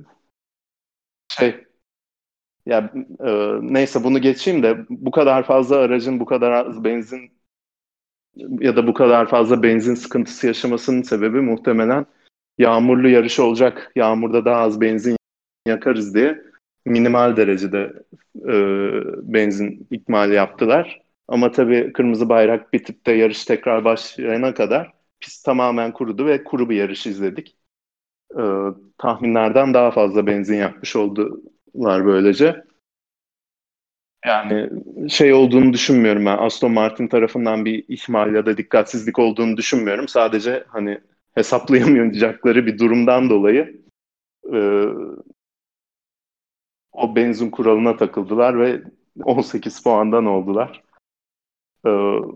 şey ya neyse, bunu geçeyim de, bu kadar fazla aracın bu kadar az benzin ya da bu kadar fazla benzin sıkıntısı yaşamasının sebebi muhtemelen yağmurlu yarış olacak, yağmurda daha az benzin yakarız diye minimal derecede e, benzin ikmali yaptılar. Ama tabii kırmızı bayrak bitip de yarış tekrar başlayana kadar pist tamamen kurudu ve kuru bir yarış izledik. E, Tahminlerden daha fazla benzin yakmış oldular böylece. Yani şey olduğunu düşünmüyorum ben. Aston Martin tarafından bir ihmal ya da dikkatsizlik olduğunu düşünmüyorum. Sadece hani hesaplayamayacakları bir durumdan dolayı e, o benzin kuralına takıldılar ve 18 puandan oldular. E,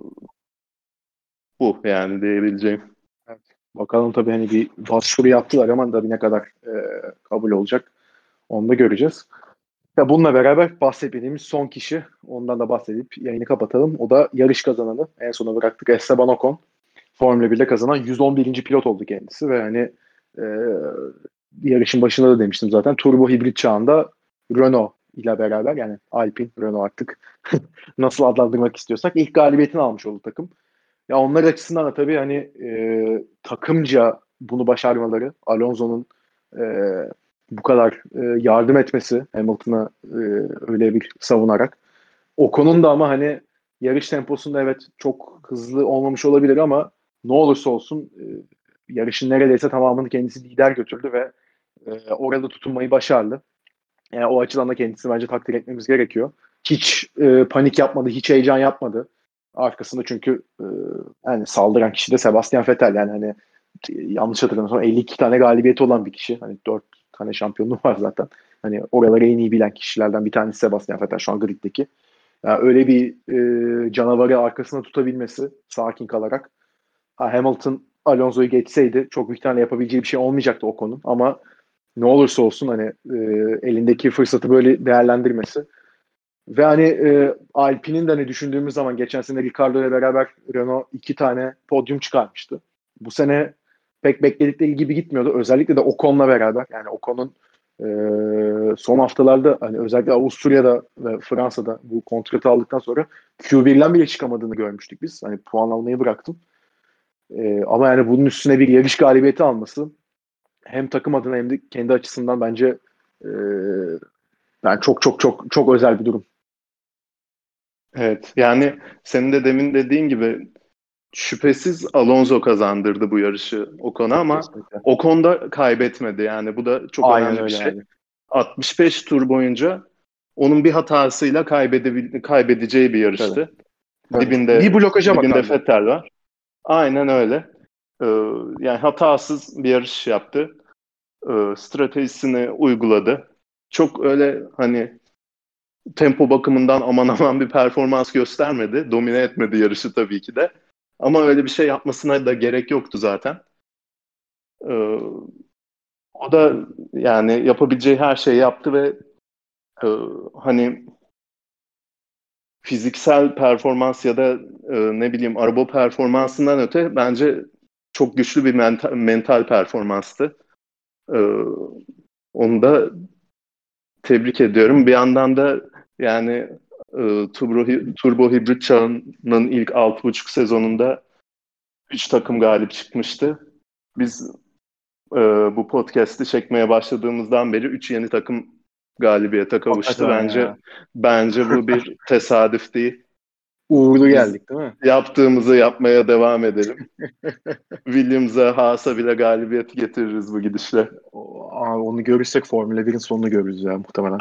bu yani diyebileceğim. Evet. Bakalım tabii hani bir başvuru yaptılar ama tabii ne kadar kabul olacak onu da göreceğiz. Ya bununla beraber bahsettiğimiz son kişi, ondan da bahsedip yayını kapatalım. O da yarış kazananı. En sona bıraktık Esteban Ocon. Formula 1'de kazanan 111. pilot oldu kendisi ve hani e, yarışın başında da demiştim zaten. Turbo hibrit çağında Renault ile beraber, yani Alpine, Renault artık nasıl adlandırmak istiyorsak, ilk galibiyetini almış oldu takım. Ya onlar açısından da tabii hani takımca bunu başarmaları, Alonso'nun e, bu kadar yardım etmesi Hamilton'a, öyle bir savunarak. Ocon'un da ama hani yarış temposunda evet çok hızlı olmamış olabilir ama ne olursa olsun yarışın neredeyse tamamını kendisi lider götürdü ve orada tutunmayı başardı. Yani o açıdan da kendisini bence takdir etmemiz gerekiyor. Hiç panik yapmadı, hiç heyecan yapmadı. Arkasında çünkü yani saldıran kişi de Sebastian Vettel. Yani hani yanlış hatırlamıyorsam 52 tane galibiyeti olan bir kişi. Hani 4 tane şampiyonluğu var zaten. Hani oraları en iyi bilen kişilerden bir tanesi Sebastian Vettel şu an griddeki. Yani öyle bir canavarı arkasına tutabilmesi sakin kalarak. Hamilton Alonso'yu geçseydi çok büyük ihtimalle yapabileceği bir şey olmayacaktı o konu. Ama ne olursa olsun hani elindeki fırsatı böyle değerlendirmesi. Ve hani Alpine'in de hani düşündüğümüz zaman geçen sene Ricardo ile beraber Renault 2 tane podyum çıkarmıştı. Bu sene pek bekledikleri gibi gitmiyordu. Özellikle de Ocon'la beraber. Yani Ocon'un son haftalarda hani özellikle Avusturya'da ve Fransa'da bu kontratı aldıktan sonra Q1'den bile çıkamadığını görmüştük biz. Hani puan almayı bıraktım. Ama yani bunun üstüne bir yarış galibiyeti alması hem takım adına hem de kendi açısından bence e, yani çok çok çok çok özel bir durum. Evet, yani senin de demin dediğin gibi şüphesiz Alonso kazandırdı bu yarışı Ocon'a ama Kesinlikle. Ocon da kaybetmedi. Yani bu da çok Aynen önemli bir öyle şey. abi. 65 tur boyunca onun bir hatasıyla kaybedeceği bir Tabii. yarıştı. Tabii. Bir Dibinde blokaja dibinde bakardı. Vettel var. Aynen öyle. Ee, yani hatasız bir yarış yaptı. Stratejisini uyguladı. Çok öyle hani tempo bakımından aman aman bir performans göstermedi. Domine etmedi yarışı tabii ki de. Ama öyle bir şey yapmasına da gerek yoktu zaten. Ee, o da yani yapabileceği her şeyi yaptı ve e, hani fiziksel performans ya da ne bileyim araba performansından öte bence çok güçlü bir mental performanstı. Ee, onu da tebrik ediyorum. Bir yandan da yani turbo hibrit çağının ilk 6,5 sezonunda 3 takım galip çıkmıştı. Biz e, bu podcast'i çekmeye başladığımızdan beri 3 yeni takım galibiyete kavuştu. Hakikaten Bence ya. bence bu bir tesadüf değil. Uğurlu Biz geldik değil mi? yaptığımızı yapmaya devam edelim. Williams'a, Haas'a bile galibiyet getiririz bu gidişle. Onu görürsek Formula 1'in sonunu görürüz ya muhtemelen.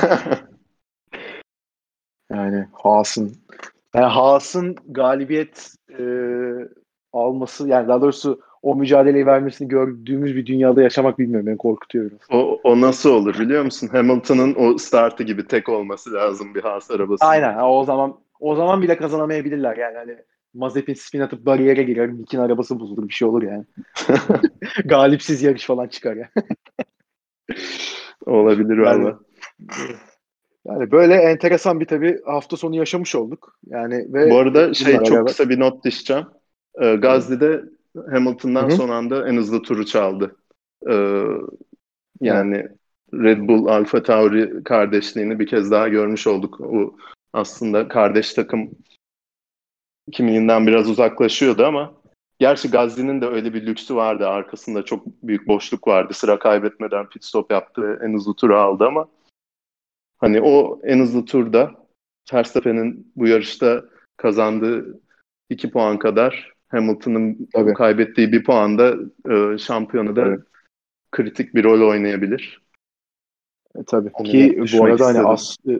Yani Haas'ın galibiyet alması, yani daha doğrusu o mücadeleyi vermesini gördüğümüz bir dünyada yaşamak, bilmiyorum, beni korkutuyor biraz. O nasıl olur biliyor musun? Hamilton'ın o startı gibi tek olması lazım bir Haas arabasının. Aynen. O zaman bile kazanamayabilirler yani. Hani Mazepin spin atıp bariyere girer. Nick'in arabası bozulur. Bir şey olur yani. Galipsiz yarış falan çıkar ya. Olabilir Yani valla. yani böyle enteresan bir tabii hafta sonu yaşamış olduk. Yani Bu ve arada bununla çok beraber kısa bir not düşeceğim. tabii. Gazze'de Hı Hamilton'dan hı. son anda en hızlı turu çaldı. Ee, Evet. yani Red Bull Alfa Tauri kardeşliğini bir kez daha görmüş olduk. O aslında kardeş takım kimliğinden biraz uzaklaşıyordu ama gerçi Gazze'nin de öyle bir lüksü vardı. Arkasında çok büyük boşluk vardı. Sıra kaybetmeden pit stop yaptı ve en hızlı turu aldı ama hani o en hızlı turda Verstappen'in bu yarışta kazandığı 2 puan kadar Hamilton'ın Tabii. kaybettiği 1 puanda şampiyonu da Tabii. kritik bir rol oynayabilir. Tabii. Onu da Ki bu düşmek arada hani istedim.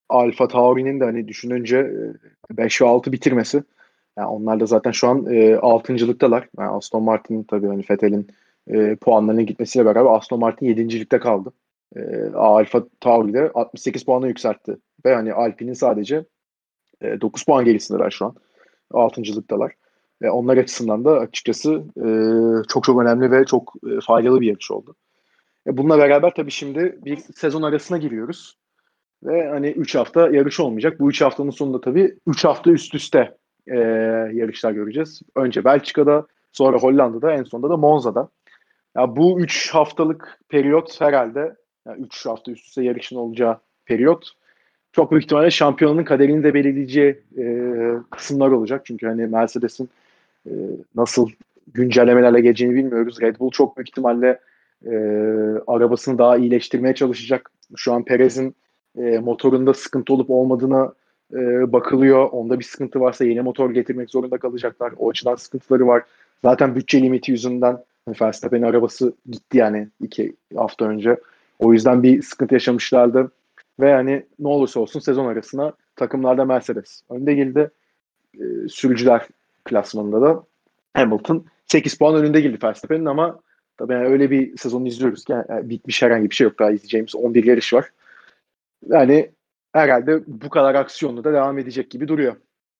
Alfa Tauri'nin de hani düşününce 5 ve 6 bitirmesi. Yani onlar da zaten şu an 6.lıktalar. Yani Aston Martin'in tabii hani Vettel'in puanlarının gitmesiyle beraber Aston Martin 7.likte kaldı. Alfa Tauri de 68 puana yükseltti. Ve hani Alpine'in sadece 9 puan gerisindeler şu an. 6.lıktalar. Ve onlar açısından da açıkçası çok çok önemli ve çok faydalı bir yarış oldu. Bununla beraber tabii şimdi bir sezon arasına giriyoruz. Ve hani 3 hafta yarış olmayacak. Bu 3 haftanın sonunda tabii 3 hafta üst üste yarışlar göreceğiz. Önce Belçika'da, sonra Hollanda'da, en sonunda da Monza'da. Ya bu 3 haftalık periyot herhalde, yani 3 hafta üst üste yarışın olacağı periyot çok büyük ihtimalle şampiyonun kaderini de belirleyeceği kısımlar olacak. Çünkü hani Mercedes'in e, nasıl güncellemelerle geleceğini bilmiyoruz. Red Bull çok büyük ihtimalle e, arabasını daha iyileştirmeye çalışacak. Şu an Perez'in motorunda sıkıntı olup olmadığına bakılıyor. Onda bir sıkıntı varsa yeni motor getirmek zorunda kalacaklar. O açıdan sıkıntıları var. Zaten bütçe limiti yüzünden Verstappen'in arabası gitti yani 2 hafta önce. O yüzden bir sıkıntı yaşamışlardı. Ve yani ne olursa olsun sezon arasına takımlarda Mercedes önde geldi. Sürücüler klasmanında da Hamilton 8 puan önünde girdi Verstappen'in ama tabii yani öyle bir sezon izliyoruz ki yani bitmiş herhangi bir şey yok. Daha izleyeceğimiz 11 yarış var. Yani herhalde bu kadar aksiyonlu da devam edecek gibi duruyor.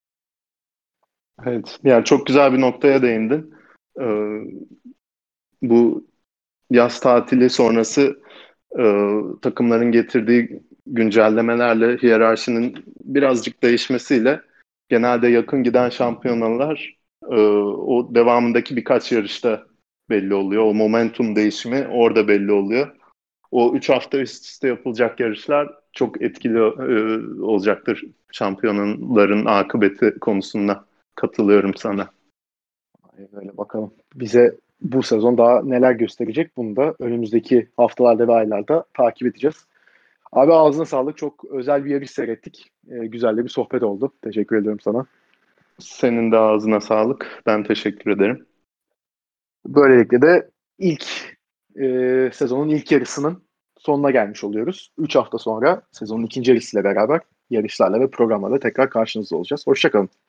Evet, yani çok güzel bir noktaya değindin. Ee, Bu yaz tatili sonrası takımların getirdiği güncellemelerle hiyerarşinin birazcık değişmesiyle genelde yakın giden şampiyonalar o devamındaki birkaç yarışta belli oluyor. O momentum değişimi orada belli oluyor. O 3 hafta üst üste yapılacak yarışlar çok etkili olacaktır şampiyonların akıbeti konusunda. Katılıyorum sana. Aynen öyle, bakalım. Bize bu sezon daha neler gösterecek bunu da önümüzdeki haftalarda ve aylarda takip edeceğiz. Abi ağzına sağlık. Çok özel bir yarış seyrettik. Güzel de bir sohbet oldu. Teşekkür ediyorum sana. Senin de ağzına sağlık. Ben teşekkür ederim. Böylelikle de ilk sezonun ilk yarısının sonuna gelmiş oluyoruz. 3 hafta sonra sezonun ikinci yarısıyla beraber yarışlarla ve programlarla tekrar karşınızda olacağız. Hoşçakalın.